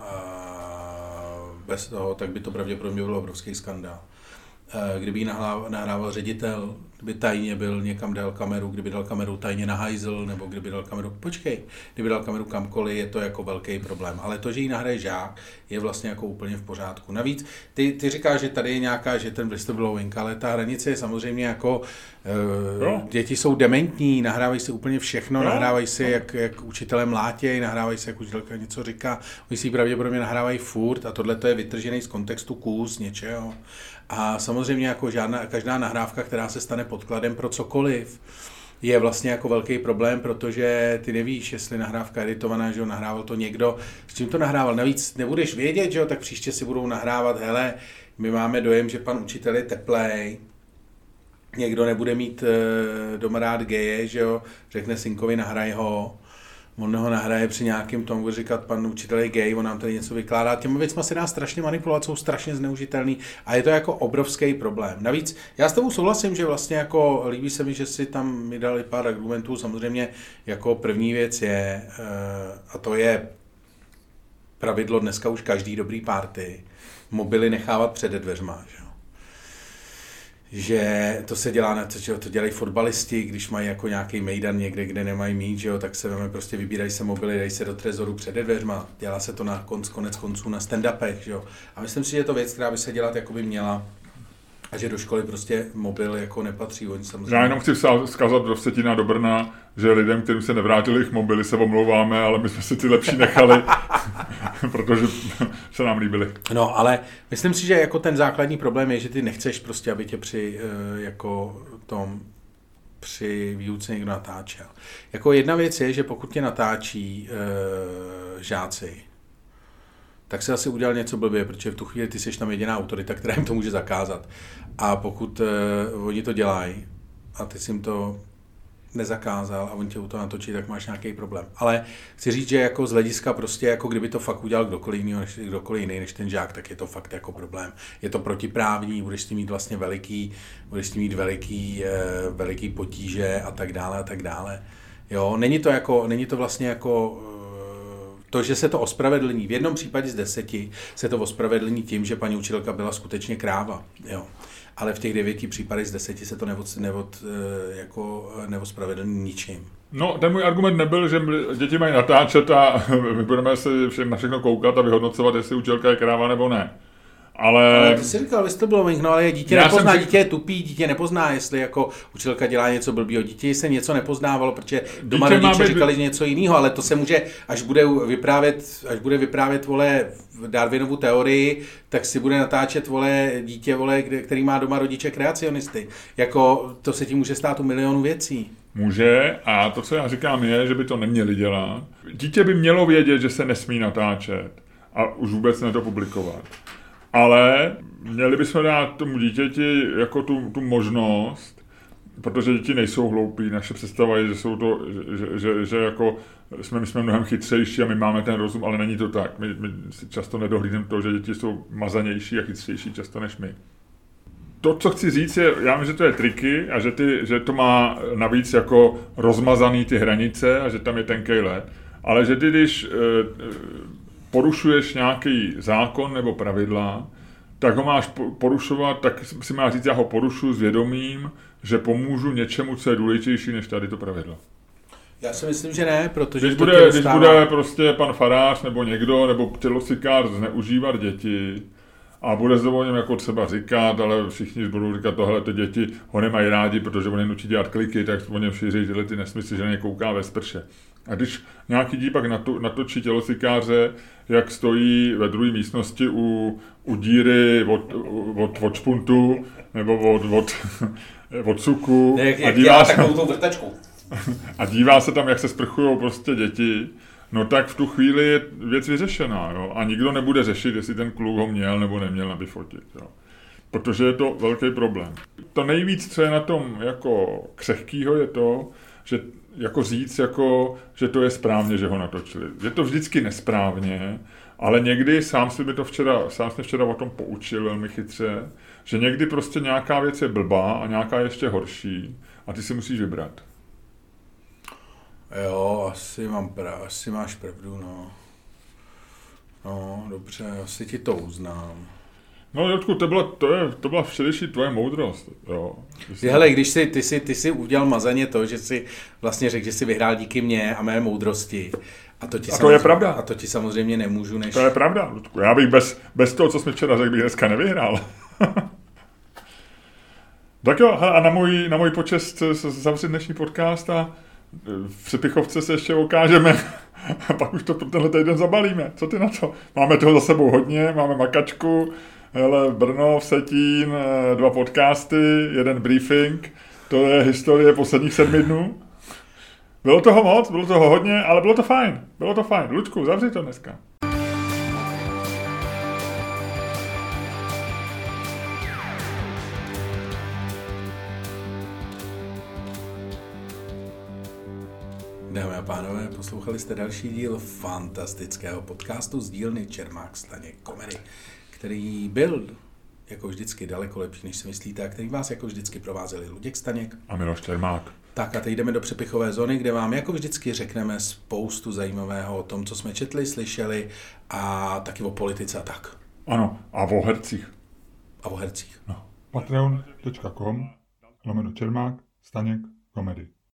a bez toho, tak by to pravděpodobně byl obrovský skandál. Uh, kdyby jí nahrával, nahrával ředitel, kdyby tajně byl někam dal kameru, kdyby dal kameru tajně na hajzl, nebo kdyby dal kameru, počkej, kdyby dal kameru kamkoliv, je to jako velký problém. Ale to, že jí nahraje žák, je vlastně jako úplně v pořádku. Navíc, ty, ty říkáš, že tady je nějaká, že ten whistleblowing, ale ta hranice je samozřejmě jako, uh, děti jsou dementní, nahrávají si úplně všechno, no. nahrávají si, jak, jak učitelé mlátějí, nahrávají si, jak učitelka něco říká, oni si pravděpodobně nahrávají furt a tohle to je vytržený z kontextu kus něčeho. A samozřejmě jako žádná, každá nahrávka, která se stane podkladem pro cokoliv, je vlastně jako velký problém, protože ty nevíš, jestli nahrávka editovaná, že jo, nahrával to někdo, s čím to nahrával. Navíc nebudeš vědět, že jo, tak příště si budou nahrávat, hele, my máme dojem, že pan učitel je teplej, někdo nebude mít e, doma rád geje, že jo, řekne synkovi, nahraj ho, on ho nahraje při nějakým tomu, bude říkat, pan učitel je gay, on nám tady něco vykládá. Těmi věcmi se dá strašně manipulovat, jsou strašně zneužitelný a je to jako obrovský problém. Navíc já s tebou souhlasím, že vlastně jako líbí se mi, že si tam mi dali pár argumentů. Samozřejmě jako první věc je, a to je pravidlo dneska už každý dobrý party, mobily nechávat před dveřma, že? Že to se dělá, že to dělají fotbalisti, když mají jako nějaký mejdan někde, kde nemají mít, že jo, tak se veme, prostě vybírají se mobily, dají se do trezoru před dveřma, dělá se to na konc, konec konců na stand-upech, že jo. A myslím si, že je to věc, která by se dělat jako by měla a že do školy prostě mobil jako nepatří. Oni samozřejmě... Já jenom chci vzkazat do Vsetína do Brna, že lidem, kterým se nevrátili jejich mobily, se omlouváme, ale my jsme si ty lepší nechali, protože se nám líbily. No, ale myslím si, že jako ten základní problém je, že ty nechceš prostě, aby tě při jako tom při výuce někdo natáčel. Jako jedna věc je, že pokud tě natáčí e, žáci, tak se asi udělal něco blbě, protože v tu chvíli ty jsi tam jediná autorita, která jim to může zakázat. A pokud uh, oni to dělají a ty jsi jim to nezakázal a oni tě u toho natočí, tak máš nějaký problém. Ale chci říct, že jako z hlediska prostě, jako kdyby to fakt udělal kdokoliv jiný, než, kdokoliv jiný než ten žák, tak je to fakt jako problém. Je to protiprávní, budeš s tím mít vlastně veliký, budeš s tím mít veliký, uh, veliký potíže a tak dále a tak dále. Jo, není to jako, není to vlastně jako to, že se to ospravedlní, v jednom případě z deseti se to ospravedlní tím, že paní učitelka byla skutečně kráva, jo. Ale v těch devěti případech z deseti se to nevod, nevod, jako neospravedlní ničím. No, ten můj argument nebyl, že děti mají natáčet a my budeme se na všechno koukat a vyhodnocovat, jestli učitelka je kráva nebo ne. Ale... ale ty jsi říkal whistleblowing, no ale dítě já nepozná, řek... dítě je tupý, dítě nepozná, jestli jako učitelka dělá něco blbýho. Dítě se něco nepoznávalo, protože doma dítě rodiče být... říkali něco jiného, ale to se může, až bude vyprávět, až bude vyprávět, vole, Darwinovu teorii, tak si bude natáčet, vole, dítě, vole, který má doma rodiče kreacionisty. Jako to se tím může stát u milionu věcí. Může, a to, co já říkám, je, že by to neměli dělat. Dítě by mělo vědět, že se nesmí natáčet a už vůbec ne to publikovat. Ale měli bychom dát tomu dítěti jako tu, tu možnost, protože děti nejsou hloupí, naše představa je, že jsou to, že, že, že jako jsme, my jsme mnohem chytřejší a my máme ten rozum, ale není to tak. My, my si často nedohlídneme to, že děti jsou mazanější a chytřejší často než my. To, co chci říct, je, já myslím, že to je triky a že, ty, že to má navíc jako rozmazaný ty hranice a že tam je tenkej led, ale že ty, když porušuješ nějaký zákon nebo pravidla, tak ho máš porušovat, tak si máš říct, já ho porušuji s vědomím, že pomůžu něčemu, co je důležitější než tady to pravidlo. Já si myslím, že ne, protože když bude, když bude prostě pan farář nebo někdo, nebo tělocvikář zneužívat děti a bude se o něm jako třeba říkat, ale všichni budou říkat, tohle ty děti ho nemají rádi, protože on je nutí dělat kliky, tak o něm šíří tyhle ty nesmysly, že na ně kouká ve sprše. A když nějaký dípak natočí tělocvikáře, jak stojí ve druhé místnosti u, u díry od, od, od špuntu nebo od, od, od suku jak, a, jak dívá se, a dívá se tam, jak se sprchují prostě děti, no tak v tu chvíli je věc vyřešená. Jo? A nikdo nebude řešit, jestli ten kluk ho měl nebo neměl vyfotit. Jo? Protože je to velký problém. To nejvíc, co je na tom jako křehkýho, je to, že jako říct, jako, že to je správně, že ho natočili. Je to vždycky nesprávně, ale někdy, sám si mi to včera, sám jsem včera o tom poučil velmi chytře, že někdy prostě nějaká věc je blbá a nějaká je ještě horší a ty si musíš vybrat. Jo, asi, mám pra, asi máš pravdu, no. No, dobře, asi ti to uznám. No, Jotku, to byla, to, je, to byla včerejší tvoje moudrost, jo. Jsi... Hele, když jsi, ty jsi, ty jsi udělal mazaně to, že jsi vlastně řekl, že jsi vyhrál díky mně a mé moudrosti. A to, ti a to je pravda. A to ti samozřejmě nemůžu, než... To je pravda, Ludku. Já bych bez, bez toho, co jsme včera řekl, bych dneska nevyhrál. Tak jo, a na můj, na můj počest zavřít dnešní podcast a v Přepichovce se ještě ukážeme a pak už to pro tenhle týden zabalíme. Co ty na to? Máme toho za sebou hodně, máme makačku, hele, Brno, Vsetín, dva podcasty, jeden briefing. To je historie posledních sedmi dnů. Bylo toho moc, bylo toho hodně, ale bylo to fajn. Bylo to fajn. Luďku, zavři to dneska. Dámy a pánové, poslouchali jste další díl fantastického podcastu z dílny Čermák Staněk Komedy, který byl jako vždycky daleko lepší, než si myslíte, a který vás jako vždycky provázeli Luděk Staněk a Miloš Čermák. Tak a teď jdeme do přepichové zóny, kde vám jako vždycky řekneme spoustu zajímavého o tom, co jsme četli, slyšeli a taky o politice a tak. Ano, a o hercích. A o hercích. No. patreon tečka com lomeno Čermák Staněk Komedy.